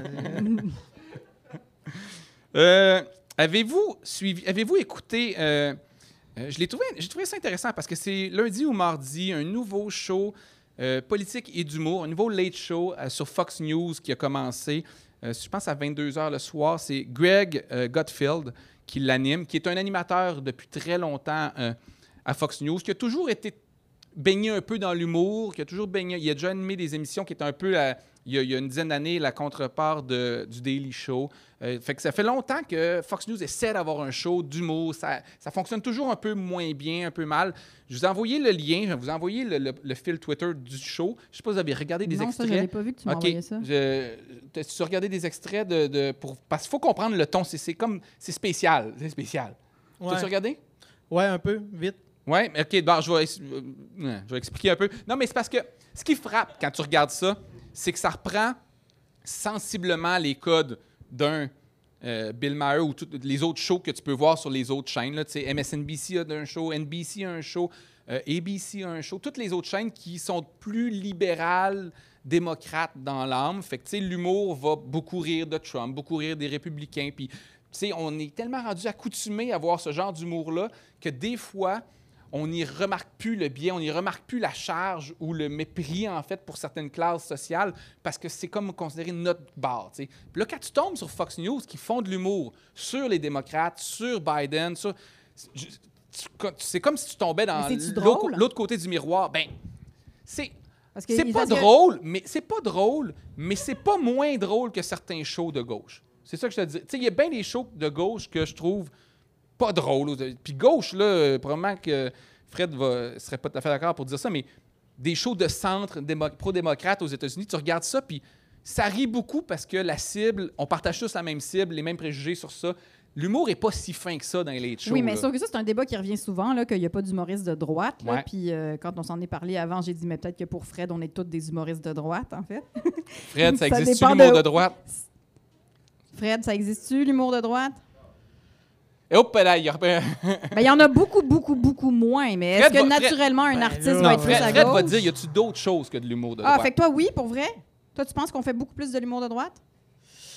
Avez-vous écouté... j'ai trouvé ça intéressant parce que c'est lundi ou mardi, un nouveau show politique et d'humour, un nouveau late show sur Fox News qui a commencé, je pense à 22h le soir. C'est Greg Gutfeld qui l'anime, qui est un animateur depuis très longtemps à Fox News, qui a toujours été baigné un peu dans l'humour, qui a toujours baigné... Il a déjà animé des émissions qui étaient un peu... il y a une dizaine d'années, la contrepart du Daily Show. Fait que ça fait longtemps que Fox News essaie d'avoir un show d'humour. Ça fonctionne toujours un peu moins bien, un peu mal. Je vous ai envoyé le lien, je vais vous envoyer le fil Twitter du show. Je ne sais pas si vous avez regardé des Non, ça, extraits. je l'ai pas vu que tu m'as envoyé ça. Tu as regardé des extraits parce qu'il faut comprendre le ton. C'est spécial. C'est spécial. Ouais. T'as-tu regardé? Ouais, un peu, vite. Oui, OK. Bon, je vais expliquer un peu. Non, mais c'est parce que ce qui frappe quand tu regardes ça, c'est que ça reprend sensiblement les codes d'un Bill Maher ou les autres shows que tu peux voir sur les autres chaînes. Là. MSNBC a un show, NBC a un show, ABC a un show. Toutes les autres chaînes qui sont plus libérales, démocrates dans l'âme. Fait que l'humour va beaucoup rire de Trump, beaucoup rire des républicains. Puis, on est tellement rendu accoutumé à voir ce genre d'humour-là que des fois, on n'y remarque plus le biais, on n'y remarque plus la charge ou le mépris, en fait, pour certaines classes sociales, parce que c'est comme considéré notre barre. Puis là, quand tu tombes sur Fox News, qui font de l'humour sur les démocrates, sur Biden, c'est comme si tu tombais dans Mais c'est-tu drôle? l'autre côté du miroir. Ben, c'est pas parce que- drôle, mais c'est pas moins drôle que certains shows de gauche. C'est ça que je te dis. Il y a bien des shows de gauche que je trouve pas drôles. Puis gauche, là, probablement que Fred serait pas tout à fait d'accord pour dire ça, mais des shows de centre pro-démocrate aux États-Unis, tu regardes ça, puis ça rit beaucoup parce que la cible, on partage tous la même cible, les mêmes préjugés sur ça. L'humour est pas si fin que ça dans les late shows. Oui, mais là. sauf que ça, c'est un débat qui revient souvent, là, qu'il n'y a pas d'humoristes de droite. Là, Ouais. Puis quand on s'en est parlé avant, j'ai dit, mais peut-être que pour Fred, on est tous des humoristes de droite, en fait. Fred, ça ça existe-tu dépend l'humour de- de droite? Fred, ça existe-tu, l'humour de droite? Et hop là, il y a... Ben, il y en a beaucoup, beaucoup, beaucoup moins. Mais est-ce Fred que va- Fred- naturellement, un artiste non, va être plus à Fred gauche? va dire, y a-tu d'autres choses que de l'humour de Ah, droite? fait que toi, oui, pour vrai? Toi, tu penses qu'on fait beaucoup plus de l'humour de droite?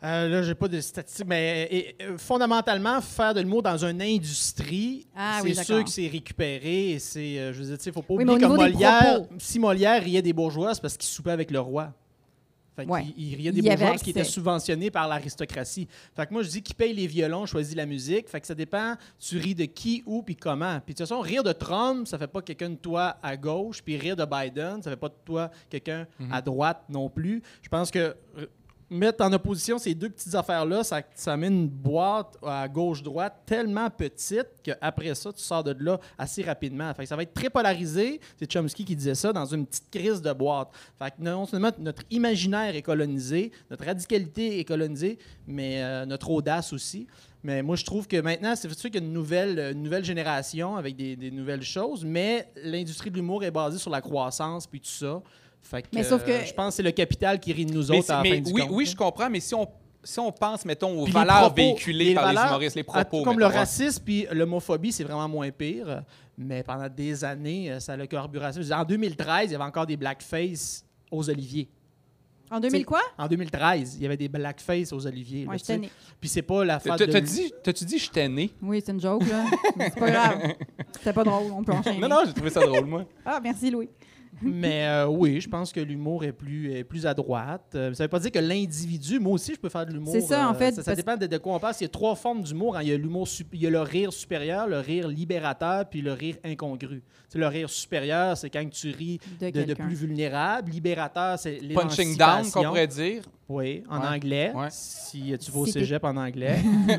Là, j'ai pas de statistiques, mais fondamentalement, faire de l'humour dans une industrie, c'est sûr que c'est récupéré. Et c'est, je veux dire, il ne faut pas oublier que Molière, si Molière riait des bourgeois, c'est parce qu'il soupait avec le roi. Fait il riait des bourgeois qui étaient subventionnés par l'aristocratie. Fait que moi, je dis qui paye les violons choisit la musique. Fait que ça dépend, tu ris de qui, où, puis comment. Puis de toute façon, rire de Trump, ça fait pas quelqu'un de toi à gauche, puis rire de Biden, ça fait pas de toi quelqu'un à droite non plus. Je pense que mettre en opposition ces deux petites affaires-là, ça met une boîte à gauche-droite tellement petite qu'après ça, tu sors de là assez rapidement. Fait que ça va être très polarisé. C'est Chomsky qui disait ça, dans une petite crise de boîte. Fait que non seulement notre imaginaire est colonisé, notre radicalité est colonisée, mais notre audace aussi. Mais moi, je trouve que maintenant, c'est sûr qu'il y a une nouvelle génération avec des nouvelles choses, mais l'industrie de l'humour est basée sur la croissance puis tout ça. Fait que, mais sauf que je pense que c'est le capital qui rit de nous autres à la fin du compte. Oui, je comprends, mais si on pense, mettons, aux valeurs véhiculées par les humoristes, les propos. Comme le racisme puis l'homophobie, c'est vraiment moins pire. Mais pendant des années, ça a carburé. En 2013, il y avait encore des blackface aux Oliviers. En 2000 quoi? En 2013, il y avait des blackface aux Oliviers. Moi, j'étais née. Puis c'est pas la fin T'as-tu dit « j'étais né » ? Oui, c'est une joke, là. C'est pas grave. C'était pas drôle, on peut enchaîner. Non, j'ai trouvé ça drôle, moi. Ah, merci, Louis. Mais oui, je pense que l'humour est plus à droite. Ça ne veut pas dire que l'individu, moi aussi, je peux faire de l'humour. C'est ça, en fait. Ça dépend de quoi on parle. Il y a 3 formes d'humour. Il y a l'humour, il y a le rire supérieur, le rire libérateur, puis le rire incongru. Tu sais, le rire supérieur, c'est quand tu ris de plus vulnérable. Libérateur, c'est l'émancipation. Punching down, qu'on pourrait dire. Oui, en anglais. Ouais. Si tu vas au cégep en anglais.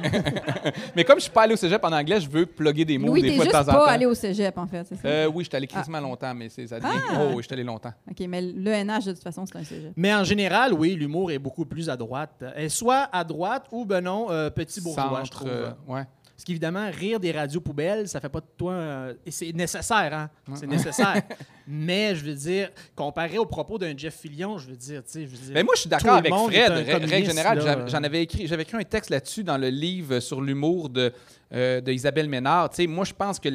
Mais comme je ne suis pas allé au cégep en anglais, je veux plugger des mots Louis, des fois de temps en temps. Louis, t'es juste pas allé au cégep, en fait, c'est ça? Oui, je suis allé quasiment longtemps, mais ça devient... oui, je suis allé longtemps. OK, mais l'ENH, de toute façon, c'est un cégep. Mais en général, oui, l'humour est beaucoup plus à droite. Soit à droite ou, petit bourgeois, je trouve. Ouais. Parce qu'évidemment, rire des radios poubelles, ça fait pas de toi... et c'est nécessaire, hein? C'est nécessaire. Mais, je veux dire, comparé aux propos d'un Jeff Fillion, je veux dire... Mais moi, je suis d'accord avec Fred. Règle générale, j'avais écrit un texte là-dessus dans le livre sur l'humour de Isabelle Ménard. T'sais, moi, je pense que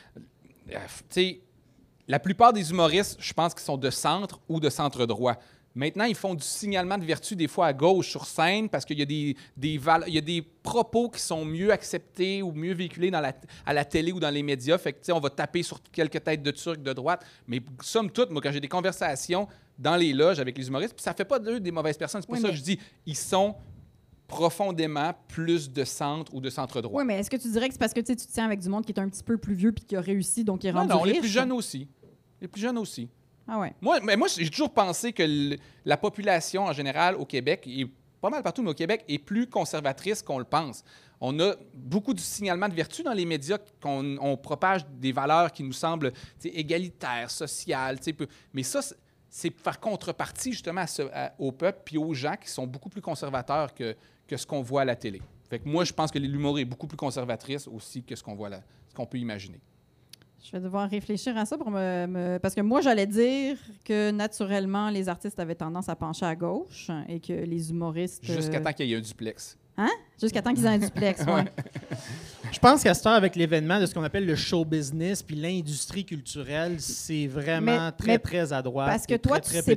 la plupart des humoristes, je pense qu'ils sont de centre ou de centre-droit. Maintenant, ils font du signalement de vertu des fois à gauche sur scène parce qu'il y a des propos qui sont mieux acceptés ou mieux véhiculés à la télé ou dans les médias. Fait que, on va taper sur quelques têtes de Turcs de droite. Mais somme toute, moi, quand j'ai des conversations dans les loges avec les humoristes, puis ça fait pas d'eux des mauvaises personnes. C'est pour ça que je dis, ils sont profondément plus de centre ou de centre-droit. Oui, mais est-ce que tu dirais que c'est parce que tu te tiens avec du monde qui est un petit peu plus vieux puis qui a réussi, donc qui est rendu riche? Non, les plus jeunes aussi. Les plus jeunes aussi. Ah ouais. Moi, j'ai toujours pensé que la population en général au Québec, et pas mal partout, mais au Québec, est plus conservatrice qu'on le pense. On a beaucoup de signalement de vertu dans les médias, qu'on propage des valeurs qui nous semblent égalitaires, sociales. Mais ça, c'est faire contrepartie justement au peuple puis aux gens qui sont beaucoup plus conservateurs que ce qu'on voit à la télé. Fait que moi, je pense que l'humour est beaucoup plus conservatrice aussi que ce qu'on peut imaginer. Je vais devoir réfléchir à ça parce que moi, j'allais dire que naturellement, les artistes avaient tendance à pencher à gauche et que les humoristes... Jusqu'à temps qu'il y ait un duplex. Hein? Jusqu'à temps qu'ils aient un duplex, oui. Je pense qu'à ce temps, avec l'événement de ce qu'on appelle le show business puis l'industrie culturelle, c'est vraiment très à droite. Parce que toi,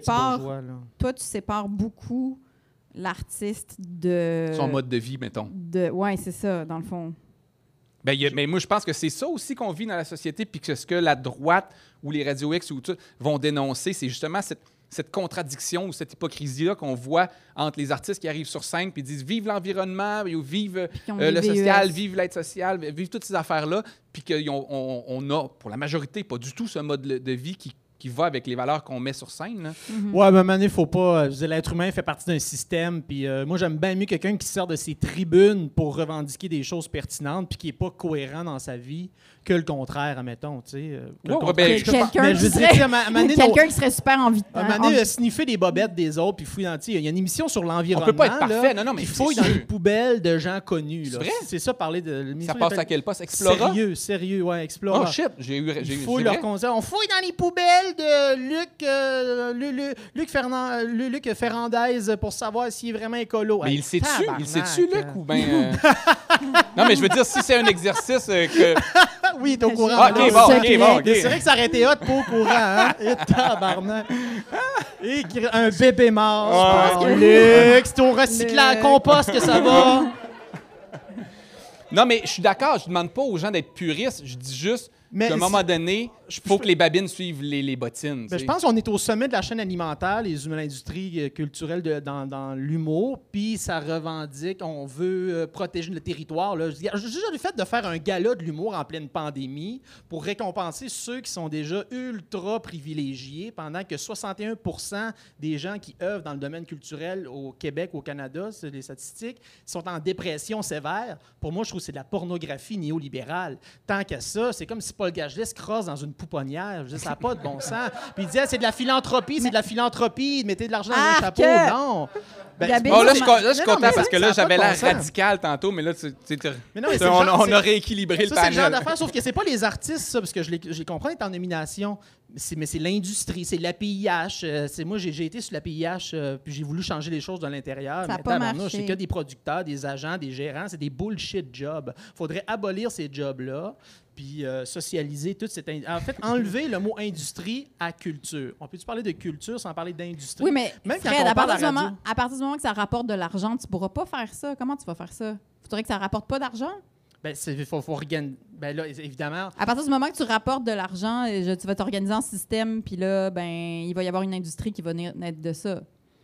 tu sépares beaucoup l'artiste de... Son mode de vie, mettons. Oui, c'est ça, dans le fond. Mais moi, je pense que c'est ça aussi qu'on vit dans la société, puis que ce que la droite ou les Radio X ou tout vont dénoncer, c'est justement cette contradiction ou cette hypocrisie-là qu'on voit entre les artistes qui arrivent sur scène puis disent « Vive l'environnement », ou « Vive le social »,« Vive l'aide sociale », « Vive toutes ces affaires-là », puis qu'on a, pour la majorité, pas du tout ce mode de vie qui va avec les valeurs qu'on met sur scène. Ouais, mais à un moment donné, il faut pas... l'être humain fait partie d'un système, puis moi, j'aime bien mieux quelqu'un qui sort de ses tribunes pour revendiquer des choses pertinentes puis qui n'est pas cohérent dans sa vie que le contraire, admettons, tu sais. Quelqu'un qui serait super envie de... À un moment donné, sniffer des bobettes des autres puis fouiller dans... Il y a une émission sur l'environnement, on peut pas être parfait, non, mais il fouille dans les poubelles de gens connus. C'est vrai? C'est ça, parler de... Ça passe à quel poste? Explora? Sérieux, ouais, Explora. Oh shit, j'ai eu... Ils fouillent leur concert. On fouille dans les poubelles de Luc Ferrandez pour savoir s'il est vraiment écolo. Mais il sait-tu, Luc, ou bien... Non, mais je veux dire, si c'est un exercice que... Oui, t'es au courant. Ah, OK, là. bon, secret. OK, bon, OK. Mais c'est vrai que ça aurait été hot, pas au courant, hein? Et tabarnak. Et un bébé mort. Ouais. Luc, c'est au recyclage, compost que ça va. Non, mais je suis d'accord, je demande pas aux gens d'être puristes, je dis juste Mais qu'à un moment donné, il faut que les babines suivent les bottines. Ben, je pense qu'on est au sommet de la chaîne alimentaire, l'industrie culturelle dans l'humour, puis ça revendique, on veut protéger le territoire. Là. Juste le fait de faire un gala de l'humour en pleine pandémie pour récompenser ceux qui sont déjà ultra privilégiés, pendant que 61% des gens qui œuvrent dans le domaine culturel au Québec, au Canada, c'est les statistiques, sont en dépression sévère. Pour moi, je trouve que c'est de la pornographie néolibérale. Tant qu'à ça, c'est comme si Paul Gagelis crosse dans une pouponnière. Je veux dire, ça n'a pas de bon sens. Puis il disait, c'est de la philanthropie, c'est de la philanthropie, mettez de l'argent dans un chapeau. Non. Ben, Gabi, Bon, là, je Non, suis content parce que là, ça a pas j'avais de l'air bon sens. radical tantôt, mais là, Mais non, mais c'est le genre- on c'est- a rééquilibré le Ça, c'est le genre panel. d'affaire, sauf que c'est pas les artistes, ça, parce que je les comprends être en nomination, mais c'est l'industrie, c'est l'APIH. Moi, j'ai été sur l'APIH, puis j'ai voulu changer les choses de l'intérieur. Ça a mais pas tabarnouche, marché. c'est que des producteurs, des agents, des gérants, c'est des bullshit jobs. Faudrait abolir ces jobs-là, puis socialiser toute cette... En fait, enlever le mot industrie à culture. On peut-tu parler de culture sans parler d'industrie? Oui, mais Même quand Fred, on à parle partir, à du la radio. moment, à partir du moment que ça rapporte de l'argent, tu pourras pas faire ça. Comment tu vas faire ça? Faudrait que ça rapporte pas d'argent? Ben, faut ben là, évidemment... À partir du moment que tu rapportes de l'argent, tu vas t'organiser en système, puis là, ben, il va y avoir une industrie qui va naître de ça.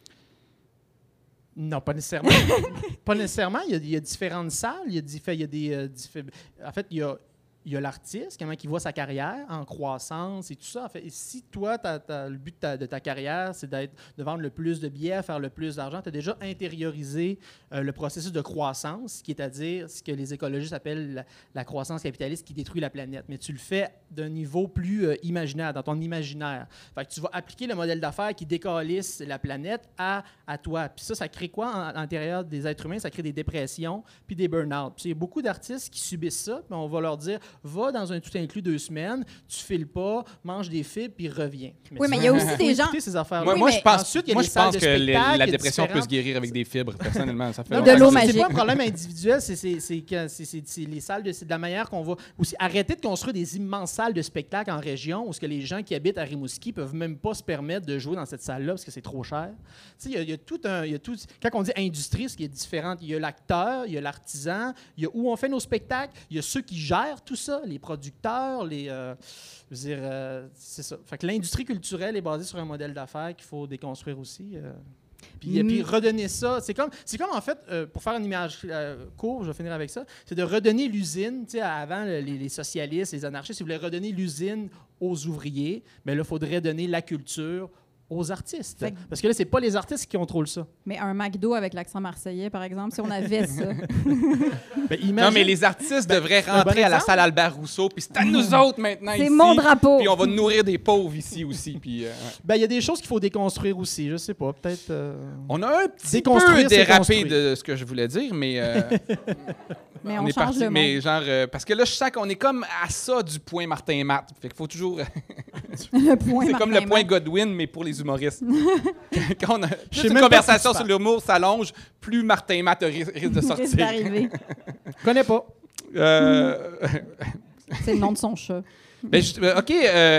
Non, pas nécessairement. Pas nécessairement. Il y a différentes salles. Il y a des... En fait, il y a l'artiste, comment il voit sa carrière en croissance et tout ça. En fait, et si toi, le but de ta carrière, c'est de vendre le plus de billets, faire le plus d'argent, tu as déjà intériorisé le processus de croissance, qui est à dire ce que les écologistes appellent la croissance capitaliste qui détruit la planète. Mais tu le fais d'un niveau plus imaginaire, dans ton imaginaire. Fait que tu vas appliquer le modèle d'affaires qui décalisse la planète à toi. Puis ça crée quoi à l'intérieur des êtres humains? Ça crée des dépressions puis des burn-out. Puis il y a beaucoup d'artistes qui subissent ça, puis on va leur dire va dans un tout inclus 2 semaines, tu files pas, mange des fibres, puis reviens. Oui, mais il y a aussi faut des gens- écouter ces affaires-là. Moi, Oui, moi, mais je pense, ensuite, il y a moi, les je pense salles de que spectacle, la il y a dépression peut se différentes- guérir avec des fibres, personnellement. Ça fait Non, De longtemps l'eau que je dis ça. magique. C'est pas un problème individuel, c'est les salles c'est de la manière qu'on va aussi arrêter de construire des immenses salles de spectacle en région où ce que les gens qui habitent à Rimouski peuvent même pas se permettre de jouer dans cette salle-là parce que c'est trop cher. Tu sais, il y a tout quand on dit industrie, ce qui est différent, il y a l'acteur, il y a l'artisan, il y a où on fait nos spectacles, il y a ceux qui gèrent tout ça, les producteurs, je veux dire, c'est ça. Fait que l'industrie culturelle est basée sur un modèle d'affaires qu'il faut déconstruire aussi. Puis redonner ça, c'est comme en fait, pour faire une image courte, je vais finir avec ça, c'est de redonner l'usine, tu sais, avant les socialistes, les anarchistes, ils voulaient redonner l'usine aux ouvriers, mais là, il faudrait donner la culture aux artistes. Fait que- Parce que là, c'est pas les artistes qui contrôlent ça. Mais un McDo avec l'accent marseillais, par exemple, si on avait ça. Ben, imagine- Non, mais les artistes devraient un bon rentrer à la exemple. salle Albert Rousseau, puis c'est à nous autres maintenant ici. C'est mon drapeau. Puis on va nourrir des pauvres ici aussi. Puis, ouais. Ben, il y a des choses qu'il faut déconstruire aussi, je sais pas, peut-être... On a un petit Déconstruire, peu c'est dérapé construire. de ce que je voulais dire, mais... Mais on est change parti, le monde. mais genre, parce que là, je sens qu'on est comme à ça du point Martin et Matt. Fait qu'il faut toujours... Le point c'est comme le Martin point Matt. Godwin, mais pour les humoristes. Quand on a sais plus une même pas conversation de qui sur tu l'humour s'allonge, plus Martin et Matt risque de Risque sortir. d'arriver. Je connais pas. C'est le nom de son chat. Ben, OK.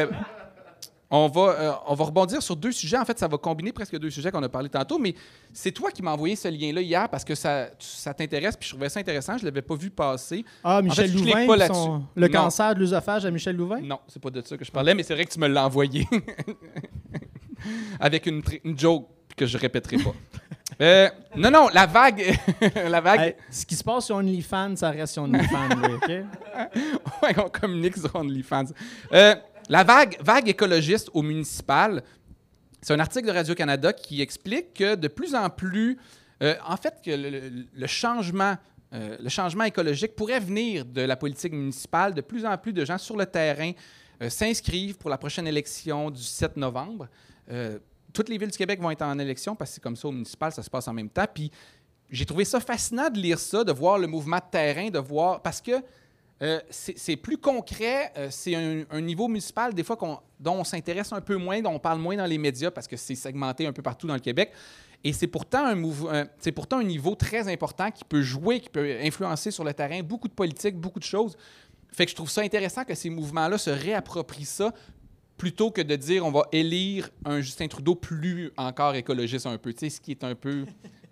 On va rebondir sur 2 sujets. En fait, ça va combiner presque 2 sujets qu'on a parlé tantôt, mais c'est toi qui m'as envoyé ce lien-là hier parce que ça t'intéresse, puis je trouvais ça intéressant. Je ne l'avais pas vu passer. Ah, Michel je clique Louvain, pas puis là-dessus. le Non. cancer de l'œsophage à Michel Louvain? Non, c'est pas de ça que je parlais, mais c'est vrai que tu me l'as envoyé. Avec une joke que je répéterai pas. Non, la vague... la vague... Hey, ce qui se passe sur OnlyFans, ça reste sur OnlyFans, là, OK? Ouais, on communique sur OnlyFans. La vague écologiste au municipal, c'est un article de Radio-Canada qui explique que de plus en plus, en fait, que le changement écologique pourrait venir de la politique municipale. De plus en plus de gens sur le terrain s'inscrivent pour la prochaine élection du 7 novembre. Toutes les villes du Québec vont être en élection parce que c'est comme ça au municipal, ça se passe en même temps. Puis j'ai trouvé ça fascinant de lire ça, de voir le mouvement de terrain, de voir... Parce que c'est plus concret, c'est un niveau municipal, des fois, dont on s'intéresse un peu moins, dont on parle moins dans les médias parce que c'est segmenté un peu partout dans le Québec. Et c'est pourtant un niveau très important qui peut jouer, qui peut influencer sur le terrain beaucoup de politique, beaucoup de choses. Fait que je trouve ça intéressant que ces mouvements-là se réapproprient ça plutôt que de dire on va élire un Justin Trudeau plus encore écologiste un peu, tu sais, ce qui est un peu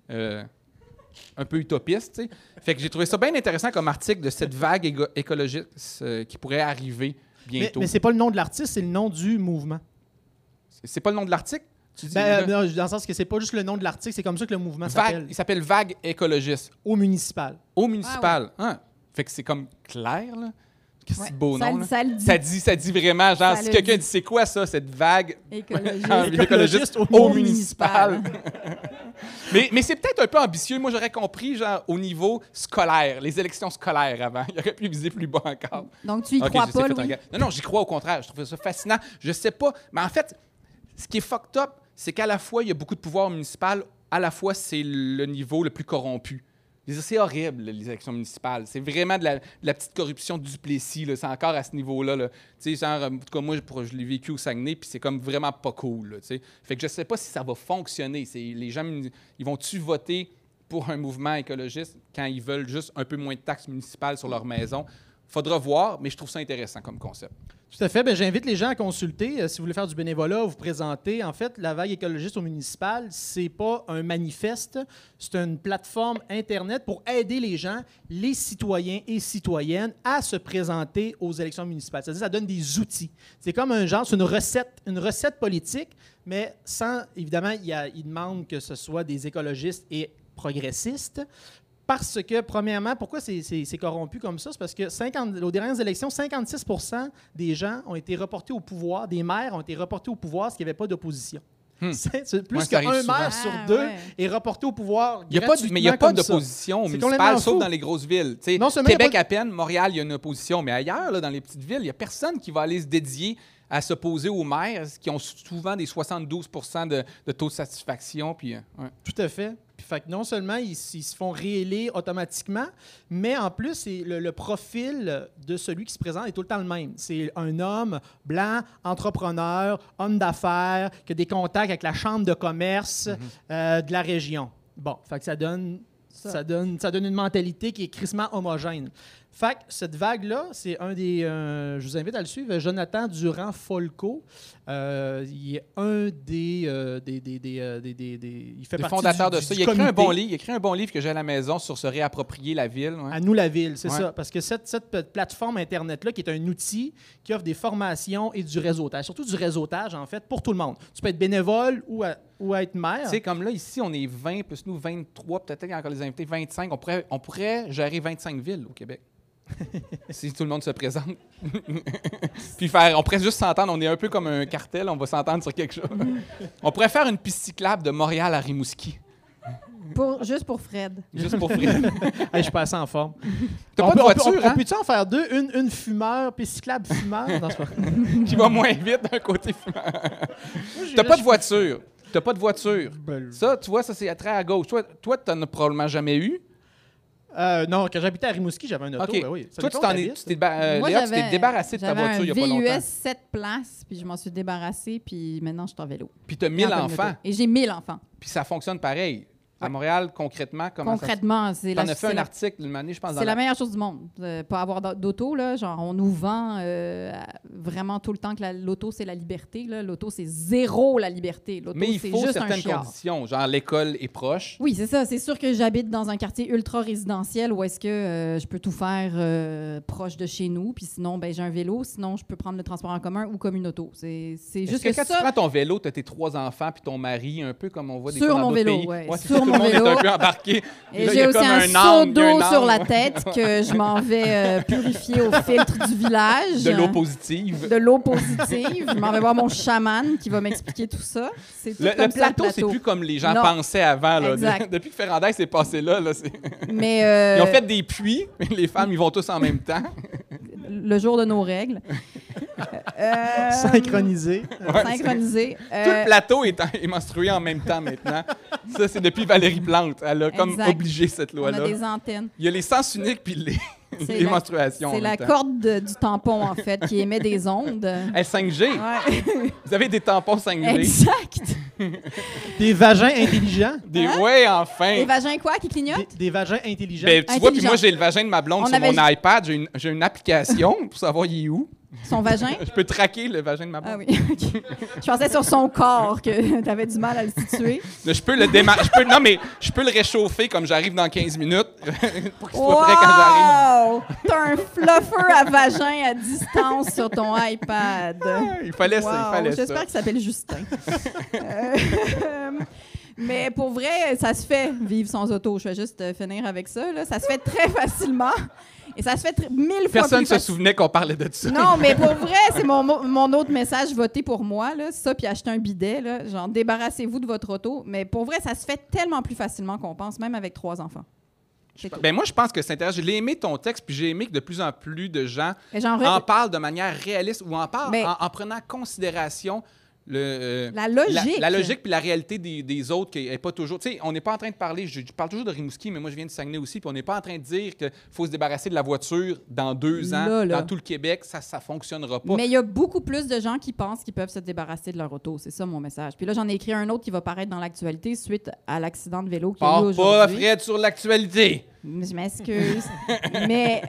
utopiste, tu sais. Fait que j'ai trouvé ça bien intéressant comme article de cette vague écologiste qui pourrait arriver bientôt. Mais c'est pas le nom de l'artiste, c'est le nom du mouvement. C'est pas le nom de l'article? Tu dis, Non, dans le sens que c'est pas juste le nom de l'article, c'est comme ça que le mouvement s'appelle. Il s'appelle Vague écologiste. Au municipal. Au municipal. Ah. Fait que c'est comme clair, là. Qu'est-ce que c'est beau nom, là? Ça le dit. Ça dit vraiment, genre, Ça si le quelqu'un dit. dit c'est quoi ça, cette vague Écologiste. écologiste au au municipal. municipal. mais c'est peut-être un peu ambitieux. Moi, j'aurais compris, genre, au niveau scolaire, les élections scolaires avant. Il aurait pu viser plus bas encore. Donc, tu y Ok, crois j'ai pas, fait un Louis? gars. Non, j'y crois au contraire. Je trouve ça fascinant. Je sais pas. Mais en fait, ce qui est fucked up, c'est qu'à la fois, il y a beaucoup de pouvoir municipal, à la fois, c'est le niveau le plus corrompu. C'est horrible, les élections municipales. C'est vraiment de la petite corruption du Duplessis. Là. C'est encore à ce niveau-là. Là. Tu sais, genre, en tout cas, moi, je l'ai vécu au Saguenay, puis c'est comme vraiment pas cool. Là, tu sais. Fait que je sais pas si ça va fonctionner. Les gens, ils vont-tu voter pour un mouvement écologiste quand ils veulent juste un peu moins de taxes municipales sur leur maison? Faudra voir, mais je trouve ça intéressant comme concept. Tout à fait. Bien, j'invite les gens à consulter. Si vous voulez faire du bénévolat, vous présenter. En fait, la vague écologiste au municipal, c'est pas un manifeste, c'est une plateforme Internet pour aider les gens, les citoyens et citoyennes, à se présenter aux élections municipales. C'est-à-dire, ça donne des outils. C'est comme un genre, c'est une recette politique, mais sans, évidemment, il demande que ce soit des écologistes et progressistes. Parce que, premièrement, pourquoi c'est corrompu comme ça? C'est parce que aux dernières élections, 56 % des gens ont été reportés au pouvoir, des maires ont été reportés au pouvoir parce qu'il n'y avait pas d'opposition. C'est plus ça arrive qu'un souvent. maire sur deux est reporté au pouvoir Mais il n'y a pas d'opposition C'est municipale, complètement sauf fou. dans les grosses villes. Tu sais, Non seulement Québec il y a à peine, Montréal, il y a une opposition. Mais ailleurs, là, dans les petites villes, il n'y a personne qui va aller se dédier à s'opposer aux maires qui ont souvent des 72 % de taux de satisfaction. Puis, ouais. Tout à fait. Puis, fait que non seulement ils se font réélire automatiquement, mais en plus, le profil de celui qui se présente est tout le temps le même. C'est un homme blanc, entrepreneur, homme d'affaires, qui a des contacts avec la chambre de commerce de la région. Bon, fait que ça donne une mentalité qui est crissement homogène. Fait que cette vague-là, c'est un des... je vous invite à le suivre, Jonathan Durand-Folco. Il est un des il fait Les partie fondateurs de du ça. Il a écrit comité. un bon livre que j'ai à la maison sur se réapproprier la ville. Ouais. À nous la ville, c'est Ouais. ça. Parce que cette plateforme Internet-là, qui est un outil qui offre des formations et du réseautage, surtout du réseautage, en fait, pour tout le monde. Tu peux être bénévole ou être maire. Tu sais, comme là, ici, on est 20, plus nous 23, peut-être qu'il y a encore les invités, 25. On pourrait gérer 25 villes au Québec. Si tout le monde se présente. Puis on pourrait juste s'entendre. On est un peu comme un cartel, on va s'entendre sur quelque chose. On pourrait faire une piste cyclable de Montréal à Rimouski. Juste pour Fred. Juste pour Fred. Hey, je suis passé en forme. T'as pas de voiture, hein? On peut-tu en faire deux? Une fumeur, puis cyclable fumeur? Non, c'est pas... Qui va moins vite d'un côté fumeur. T'as pas de voiture. T'as pas de voiture. Ça, tu vois, ça, c'est très à gauche. Toi, t'en as probablement jamais eu. Non, quand j'habitais à Rimouski, j'avais un auto. OK. Ben oui. Ça Toi, dépend où tu t'es Moi, Léa, tu t'es débarrassé de ta voiture il y a pas J'avais un longtemps. VUS 7 places, puis je m'en suis débarrassée, puis maintenant, je suis en vélo. Puis t'as 1000 Dans une enfants. auto. Et j'ai 1000 enfants. Puis ça fonctionne pareil. À Montréal, concrètement, comment Concrètement, c'est T'en la, as fait c'est un la- article une année, je pense. c'est la meilleure chose du monde. Pas avoir d'auto, là. Genre, on nous vend vraiment tout le temps que l'auto, c'est la liberté. Là. L'auto, c'est zéro la liberté. L'auto, Mais il c'est faut juste un certaines chiard. conditions. Genre, l'école est proche. Oui, c'est ça. C'est sûr que j'habite dans un quartier ultra résidentiel où est-ce que je peux tout faire proche de chez nous. Puis sinon, ben, j'ai un vélo. Sinon, je peux prendre le transport en commun ou comme une auto. C'est Est-ce juste que que quand ça... tu prends ton vélo, tu as tes 3 enfants puis ton mari, un peu comme on voit des Sur fois dans mon d'autres vélo, pays. ouais. C'est Sur ça, tout mon le monde vélo. est un peu embarqué. Et Là, il y j'ai a aussi comme un angle, seau il y a d'eau un sur la angle. tête que je m'en vais purifier au filtre du village. De l'eau positive. De l'eau positive. Je m'en vais voir mon chaman qui va m'expliquer tout ça. C'est tout Le comme ça, plateau, c'est plus comme les gens Non. pensaient avant. Là. Exact. Depuis que Ferrandez s'est passé là, Mais ils ont fait des puits, mais les femmes, ils vont tous en même temps. le jour de nos règles. Synchronisé. Synchronisé. Tout le plateau est menstrué en même temps maintenant. Ça, c'est depuis Valérie Plante. Elle a comme Exact. obligé cette On loi-là. a des antennes. Il y a les sens uniques puis les C'est les la- menstruations. en C'est même la temps. corde du tampon, en fait, qui émet des ondes. Elle 5G. Ouais. Vous avez des tampons 5G. Exact. Des vagins intelligents? Ouais, enfin! Les vagins quoi qui clignotent? Des vagins intelligents? Ben, tu vois, puis Intelligent. moi, j'ai le vagin de ma blonde On sur avait mon iPad. J'ai une application pour savoir il est où. Son vagin? Je peux traquer le vagin de ma blonde. Ah oui, OK. Je pensais sur son corps que t'avais du mal à le situer. Je peux le non, mais je peux le réchauffer comme j'arrive dans 15 minutes pour qu'il soit prêt quand j'arrive. Wow! T'as un fluffer à vagin à distance sur ton iPad. Il fallait ça, il Wow! fallait J'espère ça. qu'il s'appelle Justin. Mais pour vrai, ça se fait, vivre sans auto. Je vais juste finir avec ça. Là. Ça se fait très facilement. Et ça se fait 1000 fois Personne ne plus se facile. souvenait qu'on parlait de ça. Non, mais pour vrai, c'est mon autre message, votez pour moi, là, ça, puis acheter un bidet, là, genre débarrassez-vous de votre auto. Mais pour vrai, ça se fait tellement plus facilement qu'on pense, même avec 3 enfants. C'est tout. Ben moi, je pense que c'est intéressant. J'ai aimé ton texte, puis j'ai aimé que de plus en plus de gens Mais genre, en parlent de manière réaliste ou en parlent Mais- en prenant en considération la logique. la logique puis la réalité des autres qui n'est pas toujours... Tu sais, on n'est pas en train de parler... Je parle toujours de Rimouski, mais moi, je viens de Saguenay aussi, puis on n'est pas en train de dire qu'il faut se débarrasser de la voiture dans 2 ans, Là. dans tout le Québec. Ça ne fonctionnera pas. Mais il y a beaucoup plus de gens qui pensent qu'ils peuvent se débarrasser de leur auto. C'est ça mon message. Puis là, j'en ai écrit un autre qui va paraître dans l'actualité suite à l'accident de vélo qu'il y a eu Pars pas, aujourd'hui. Fred, sur l'actualité. Je m'excuse. mais,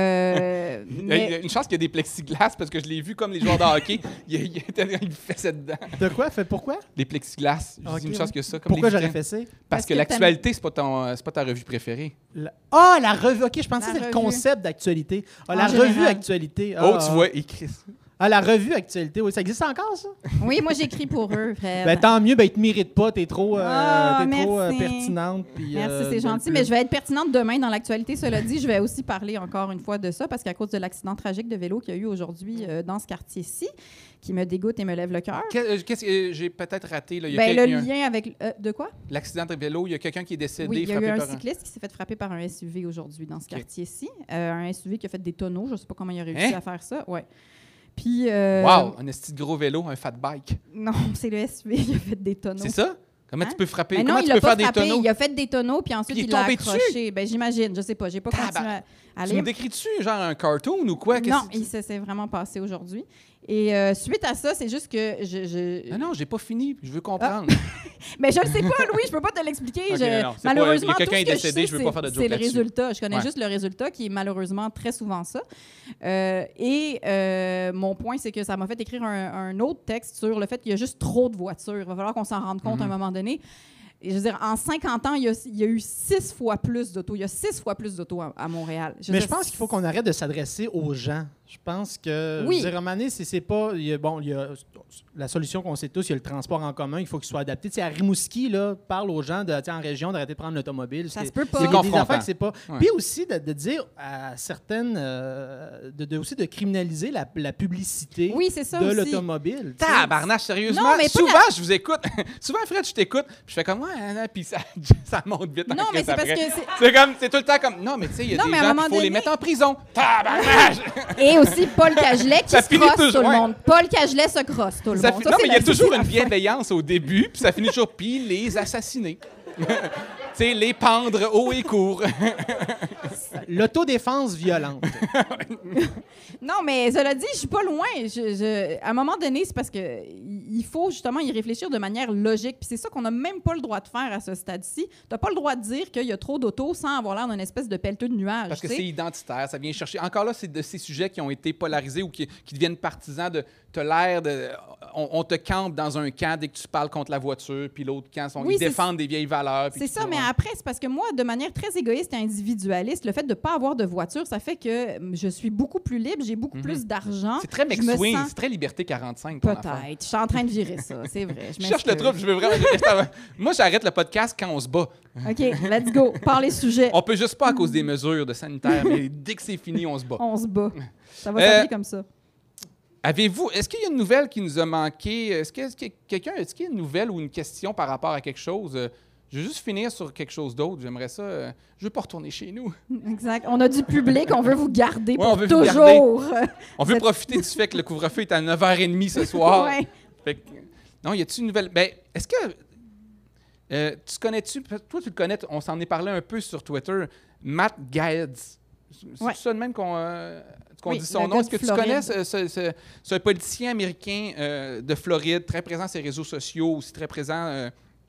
Il y a une chance qu'il y a des plexiglas, parce que je l'ai vu comme les joueurs de hockey. il faisait dedans. De quoi? Pourquoi? Les plexiglas. Je Ok, dis une ouais. chance que ça. Comme Pourquoi les j'aurais vitrines. fait ça? Parce que que l'actualité, c'est pas ta revue préférée. La revue. OK, je pensais La que c'était le revue. concept d'actualité. Ah, En la général. revue actualité. Oh, tu vois, écrit. Ah, la revue actualité. Oui, ça existe encore, ça? oui, moi, j'écris pour eux, Fred. Ben, tant mieux, ben, ils te méritent pas. T'es trop, Ah, t'es trop merci. pertinente. Puis, Merci, c'est gentil. Mais je vais être pertinente demain dans l'actualité. Cela dit, je vais aussi parler encore une fois de ça parce qu'à cause de l'accident tragique de vélo qu'il y a eu aujourd'hui dans ce quartier-ci, qui me dégoûte et me lève le cœur. Qu'est-ce que j'ai peut-être raté? Là? Il y a Ben, le quelqu'un- lien avec... de quoi? L'accident de vélo, il y a quelqu'un qui est décédé, Oui, il y a eu frappé un par cycliste qui s'est fait frapper par un SUV aujourd'hui dans ce OK. quartier-ci. Un SUV qui a fait des tonneaux. Je ne sais pas comment il a réussi Hein? à faire ça. Ouais. Puis... Wow, un esti de gros vélo, un fat bike. Non, c'est le SUV qui a fait des tonneaux. C'est ça? Comment Hein? tu peux frapper? Mais non, Comment il tu l'a peux pas faire des frappé. tonneaux? Il a fait des tonneaux, puis ensuite, Puis il est il l'a tombé accroché. Ben, j'imagine. Je sais pas. J'ai pas continué à Tu lire. me décris-tu genre un cartoon ou quoi? Non, Qu'est-ce- ça s'est vraiment passé aujourd'hui. Et suite à ça, c'est juste que Non, j'ai pas fini. Je veux comprendre. Mais je le sais pas, Louis, je peux pas te l'expliquer. Ok, non, c'est pas- Malheureusement, il y a quelqu'un tout ce est que décédé, sais, je veux pas faire de joke c'est le là-dessus. résultat. Je connais Ouais. juste le résultat qui est malheureusement très souvent ça. Mon point, c'est que ça m'a fait écrire un autre texte sur le fait qu'il y a juste trop de voitures. Il va falloir qu'on s'en rende compte à un moment donné. Et je veux dire, en 50 ans, il y a eu 6 fois plus d'autos. Il y a 6 fois plus d'autos à Montréal. Mais je pense qu'il faut qu'on arrête de s'adresser aux gens. Je pense que, Oui. je veux dire, à un moment donné, c'est pas... il y a la solution qu'on sait tous, il y a le transport en commun, il faut qu'il soit adapté. Tu sais, à Rimouski, là, parle aux gens en région d'arrêter de prendre l'automobile. Ça C'est- se peut pas. Il y a C'est des confrontant. affaires que c'est pas... Ouais. Puis aussi de dire à certaines... aussi de criminaliser la publicité Oui, c'est ça de aussi. l'automobile. tu sais. Tabarnache, sérieusement? Non, mais pas Souvent, je vous écoute. Souvent, Fred, je t'écoute. Puis je fais comme, ouais, hein, puis ça, ça monte vite. en Non, mais crise c'est parce après. que c'est... C'est tout le temps comme, non, mais tu sais, il y a Non, des mais à un gens, moment il faut les donné- mettre en prison. Tabarnache! Et aussi Paul Cagelet qui Ça se finit crosse toujours, tout ouais. le monde. Paul Cagelet se crosse tout le Ça monde. non, mais il y a toujours une vie. bienveillance au début, puis ça finit toujours, puis les assassiner. Tu sais, les pendre haut et court. L'autodéfense violente. Non, mais cela dit, je suis pas loin. À un moment donné, c'est parce que il faut justement y réfléchir de manière logique. Puis c'est ça qu'on n'a même pas le droit de faire à ce stade-ci. T'as pas le droit de dire qu'il y a trop d'autos sans avoir l'air d'une espèce de pelleteux de nuages. Parce que tu sais. c'est identitaire, ça vient chercher. Encore là, c'est de ces sujets qui ont été polarisés ou qui deviennent partisans de. T'as l'air de. On te campe dans un camp dès que tu parles contre la voiture, puis l'autre camp, Oui, ils c'est défendent des vieilles valeurs. puis C'est tout ça, mais après, c'est parce que moi, de manière très égoïste et individualiste, le fait de ne pas avoir de voiture, ça fait que je suis beaucoup plus libre, j'ai beaucoup plus d'argent. C'est très Je me McSwing, sens- c'est très Liberté 45. ton affaire. Peut-être. Je suis en train de virer ça, c'est vrai. Je cherche le trouble, je veux vraiment. Moi, j'arrête le podcast quand on se bat. OK, let's go. Parlez sujet. On peut juste pas à cause des mesures de sanitaire, mais dès que c'est fini, on se bat. On se bat. Ça va s'appeler comme ça. Est-ce qu'il y a une nouvelle qui nous a manqué? Est-ce qu'il y a une nouvelle ou une question par rapport à quelque chose? Je vais juste finir sur quelque chose d'autre. J'aimerais ça. Je veux pas retourner chez nous. Exact. On a du public, on veut vous garder Ouais, pour on veut vous toujours. On veut profiter du fait que le couvre-feu est à 9h30 ce soir. Ouais. Fait que- non, y a-t-il une nouvelle? Ben, est-ce que. Tu connais-tu? Toi, tu le connais, on s'en est parlé un peu sur Twitter. Matt Gaetz. C'est Ouais. ça de même qu'on. Tu qu'on Oui, dit son le nom. gars Est-ce que de tu connais Floride. ce politicien américain de Floride, très présent sur les réseaux sociaux, aussi très présent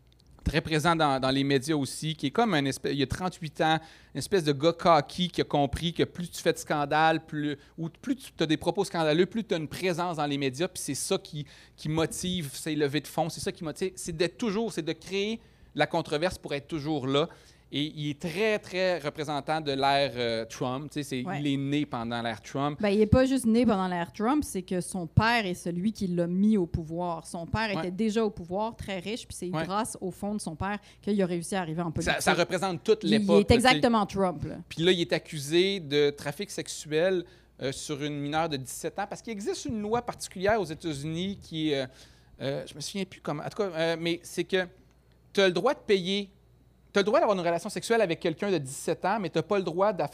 dans les médias aussi, qui est comme il a 38 ans, une espèce de gars cocky qui a compris que plus tu fais de scandales, plus tu as des propos scandaleux, plus tu as une présence dans les médias, puis c'est ça qui motive ces levées de fonds, c'est ça qui motive, c'est de créer la controverse pour être toujours là. Et il est très, très représentant de l'ère Trump. Ouais. Il est né pendant l'ère Trump. Ben, il n'est pas juste né pendant l'ère Trump, c'est que son père est celui qui l'a mis au pouvoir. Son père était déjà au pouvoir, très riche, puis c'est grâce au fond de son père qu'il a réussi à arriver en politique. Ça représente toute l'époque. Il est exactement Trump. Là. Puis là, il est accusé de trafic sexuel sur une mineure de 17 ans, parce qu'il existe une loi particulière aux États-Unis qui est... je me souviens plus comment... En tout cas, mais c'est que tu as le droit de payer... Tu as le droit d'avoir une relation sexuelle avec quelqu'un de 17 ans, mais tu n'as pas le droit de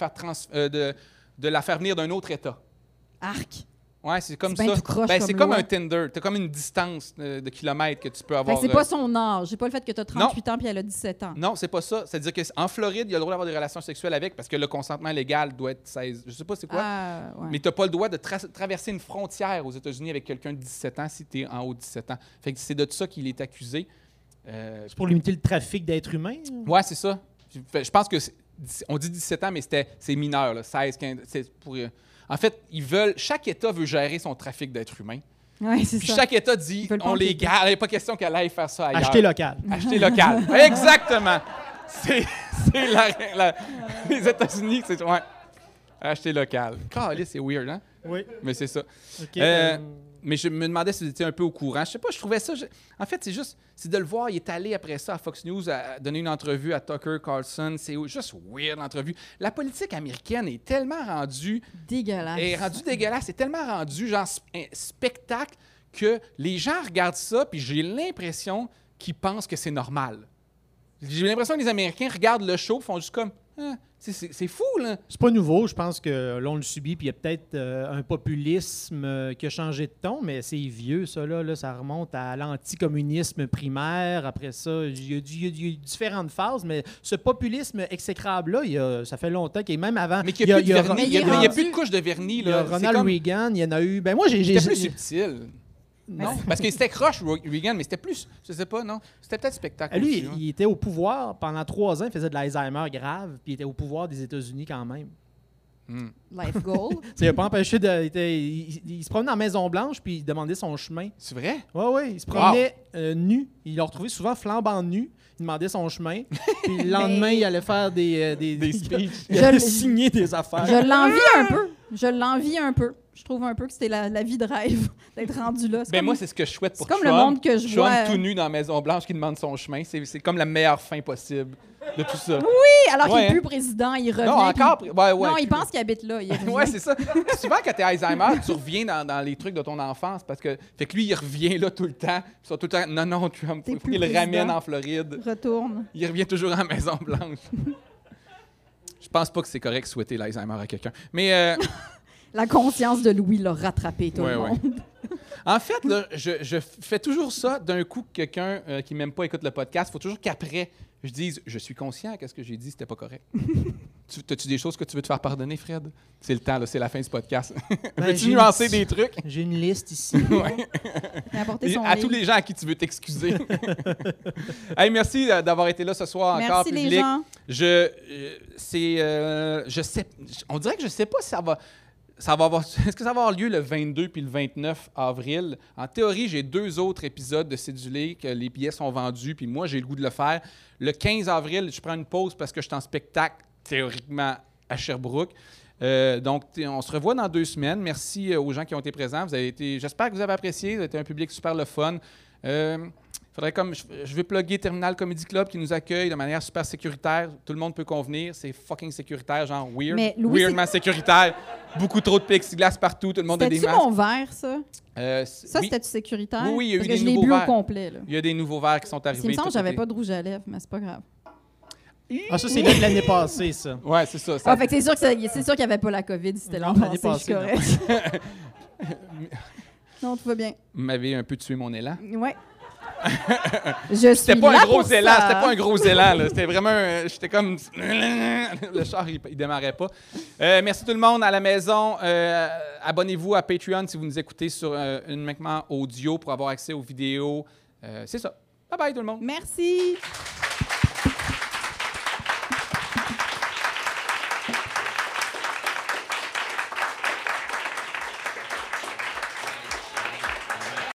la faire venir d'un autre État. Arc. Oui, c'est comme C'est ça. bien tout croche C'est comme comme loi. un Tinder. Tu as comme une distance de kilomètres que tu peux avoir. C'est pas son âge. C'est pas le fait que tu as 38 ans puis elle a 17 ans. Non, c'est pas ça. C'est-à-dire qu'en Floride, il y a le droit d'avoir des relations sexuelles avec parce que le consentement légal doit être 16. Je sais pas c'est quoi. Ouais. Mais tu n'as pas le droit de traverser une frontière aux États-Unis avec quelqu'un de 17 ans si tu es en haut de 17 ans. Fait que c'est de ça qu'il est accusé. C'est pour limiter le trafic d'êtres humains? Ouais, c'est ça. Je pense que on dit 17 ans, mais c'est mineur, là, 16, 15. En fait, chaque État veut gérer son trafic d'êtres humains. Oui, c'est Puis ça. chaque État dit, Ils veulent pas on les enquêter. garde. Il n'est pas question qu'elle aille faire ça ailleurs. Acheter local. Acheter local. Exactement. C'est les États-Unis, c'est... Ouais. Acheter local. Calais, c'est weird, hein? Oui. Mais c'est ça. OK. Mais je me demandais si vous étiez un peu au courant. Je sais pas, je trouvais ça... En fait, c'est de le voir. Il est allé après ça à Fox News à donner une entrevue à Tucker Carlson. C'est juste weird, l'entrevue. La politique américaine est tellement rendue... Dégueulasse. dégueulasse. C'est tellement rendu genre un spectacle que les gens regardent ça, puis j'ai l'impression qu'ils pensent que c'est normal. J'ai l'impression que les Américains regardent le show et font juste comme... Ah, c'est fou, là. C'est pas nouveau. Je pense que là, on le subit, puis il y a peut-être un populisme qui a changé de ton, mais c'est vieux, ça, là. Ça remonte à l'anticommunisme primaire. Après ça, il y a eu différentes phases, mais ce populisme exécrable-là, ça fait longtemps qu'il y a même avant... Mais qu'il n'y a, plus de vernis. Il y a plus de couche de vernis, Il y a là. Ronald Reagan, il y en a eu... Ben moi, C'était plus subtil. Non. Parce qu'il était croche, Reagan, mais c'était plus... Je sais pas, non? C'était peut-être spectacle Lui, aussi, hein. il était au pouvoir pendant 3 ans, il faisait de l'Alzheimer grave, puis il était au pouvoir des États-Unis quand même. Life goal. Ça n'a pas empêché de... Il se promenait dans la Maison-Blanche, puis il demandait son chemin. C'est vrai? Oui, il se promenait nu. Il l'a retrouvé souvent flambant nu. Il demandait son chemin. Puis le lendemain, il allait faire des speeches. Il allait signer des affaires. Je l'envie un peu. Je trouve un peu que c'était la vie de rêve d'être rendu là. Ben moi, c'est ce que je souhaite pour c'est comme Trump. le monde que je vois. Trump tout nu dans la Maison-Blanche qui demande son chemin. C'est comme la meilleure fin possible de tout ça. Oui, alors qu'il n'est Ouais, plus président, il revient. Non, encore... puis- Ouais, non, il plus- pense qu'il habite là. Il revient. Ouais, c'est ça. Souvent, quand t'es Alzheimer, tu reviens dans les trucs de ton enfance parce que... Fait que lui, il revient là tout le temps. Puis ils sont tout le temps... Non, Trump, T'es faut plus qu'il le ramène président. en Floride. Retourne. Il revient toujours à la Maison-Blanche. Je pense pas que c'est correct de souhaiter l'Alzheimer à quelqu'un. Mais... La conscience de Louis l'a rattrapé, tout Ouais, le ouais. monde. En fait, là, je fais toujours ça d'un coup que quelqu'un qui m'aime pas écoute le podcast. Il faut toujours qu'après, je dise « Je suis conscient que ce que j'ai dit, c'était pas correct. » As-tu des choses que tu veux te faire pardonner, Fred? C'est le temps, là, c'est la fin du podcast. Ben, Veux-tu j'ai nuancer une- des trucs? J'ai une liste ici. Il a apporté son À livre. tous les gens à qui tu veux t'excuser. Hey, merci d'avoir été là ce soir encore, Merci public. les gens. Je sais, on dirait que je sais pas si ça va avoir, est-ce que ça va avoir lieu le 22 puis le 29 avril? En théorie, j'ai 2 autres épisodes de Cédulé que les billets sont vendus, puis moi, j'ai le goût de le faire. Le 15 avril, je prends une pause parce que je suis en spectacle, théoriquement, à Sherbrooke. Donc, on se revoit dans 2 semaines. Merci aux gens qui ont été présents. J'espère que vous avez apprécié. Vous avez été un public super le fun. Faudrait je veux plugger Terminal Comedy Club qui nous accueille de manière super sécuritaire. Tout le monde peut convenir. C'est fucking sécuritaire, genre weird. Mais Louis, Weirdement sécuritaire. Beaucoup trop de plexiglas partout. Tout le monde a des C'était-tu masques. mon verre, ça? Ça, Oui. c'était-tu sécuritaire? Oui, il y a eu Parce que des je l'ai nouveaux bu au verres. complet, là. Il y a des nouveaux verres qui sont arrivés. Il me semble que tout j'avais été. pas de rouge à lèvres, mais c'est pas grave. Ah, ça, c'est là de l'année passée, ça. Ouais, c'est ça. Ah, fait que c'est sûr qu'il n'y avait pas la COVID, c'était l'an Non, l'année passé, je suis passée, correct. Non, tout va bien. Vous m'avez un peu tué mon élan. Ouais. C'était pas un gros élan, c'était pas un gros élan, là. C'était vraiment, j'étais comme, le char, il démarrait pas. Merci tout le monde à la maison. Abonnez-vous à Patreon si vous nous écoutez sur uniquement audio pour avoir accès aux vidéos. C'est ça. Bye bye tout le monde. Merci.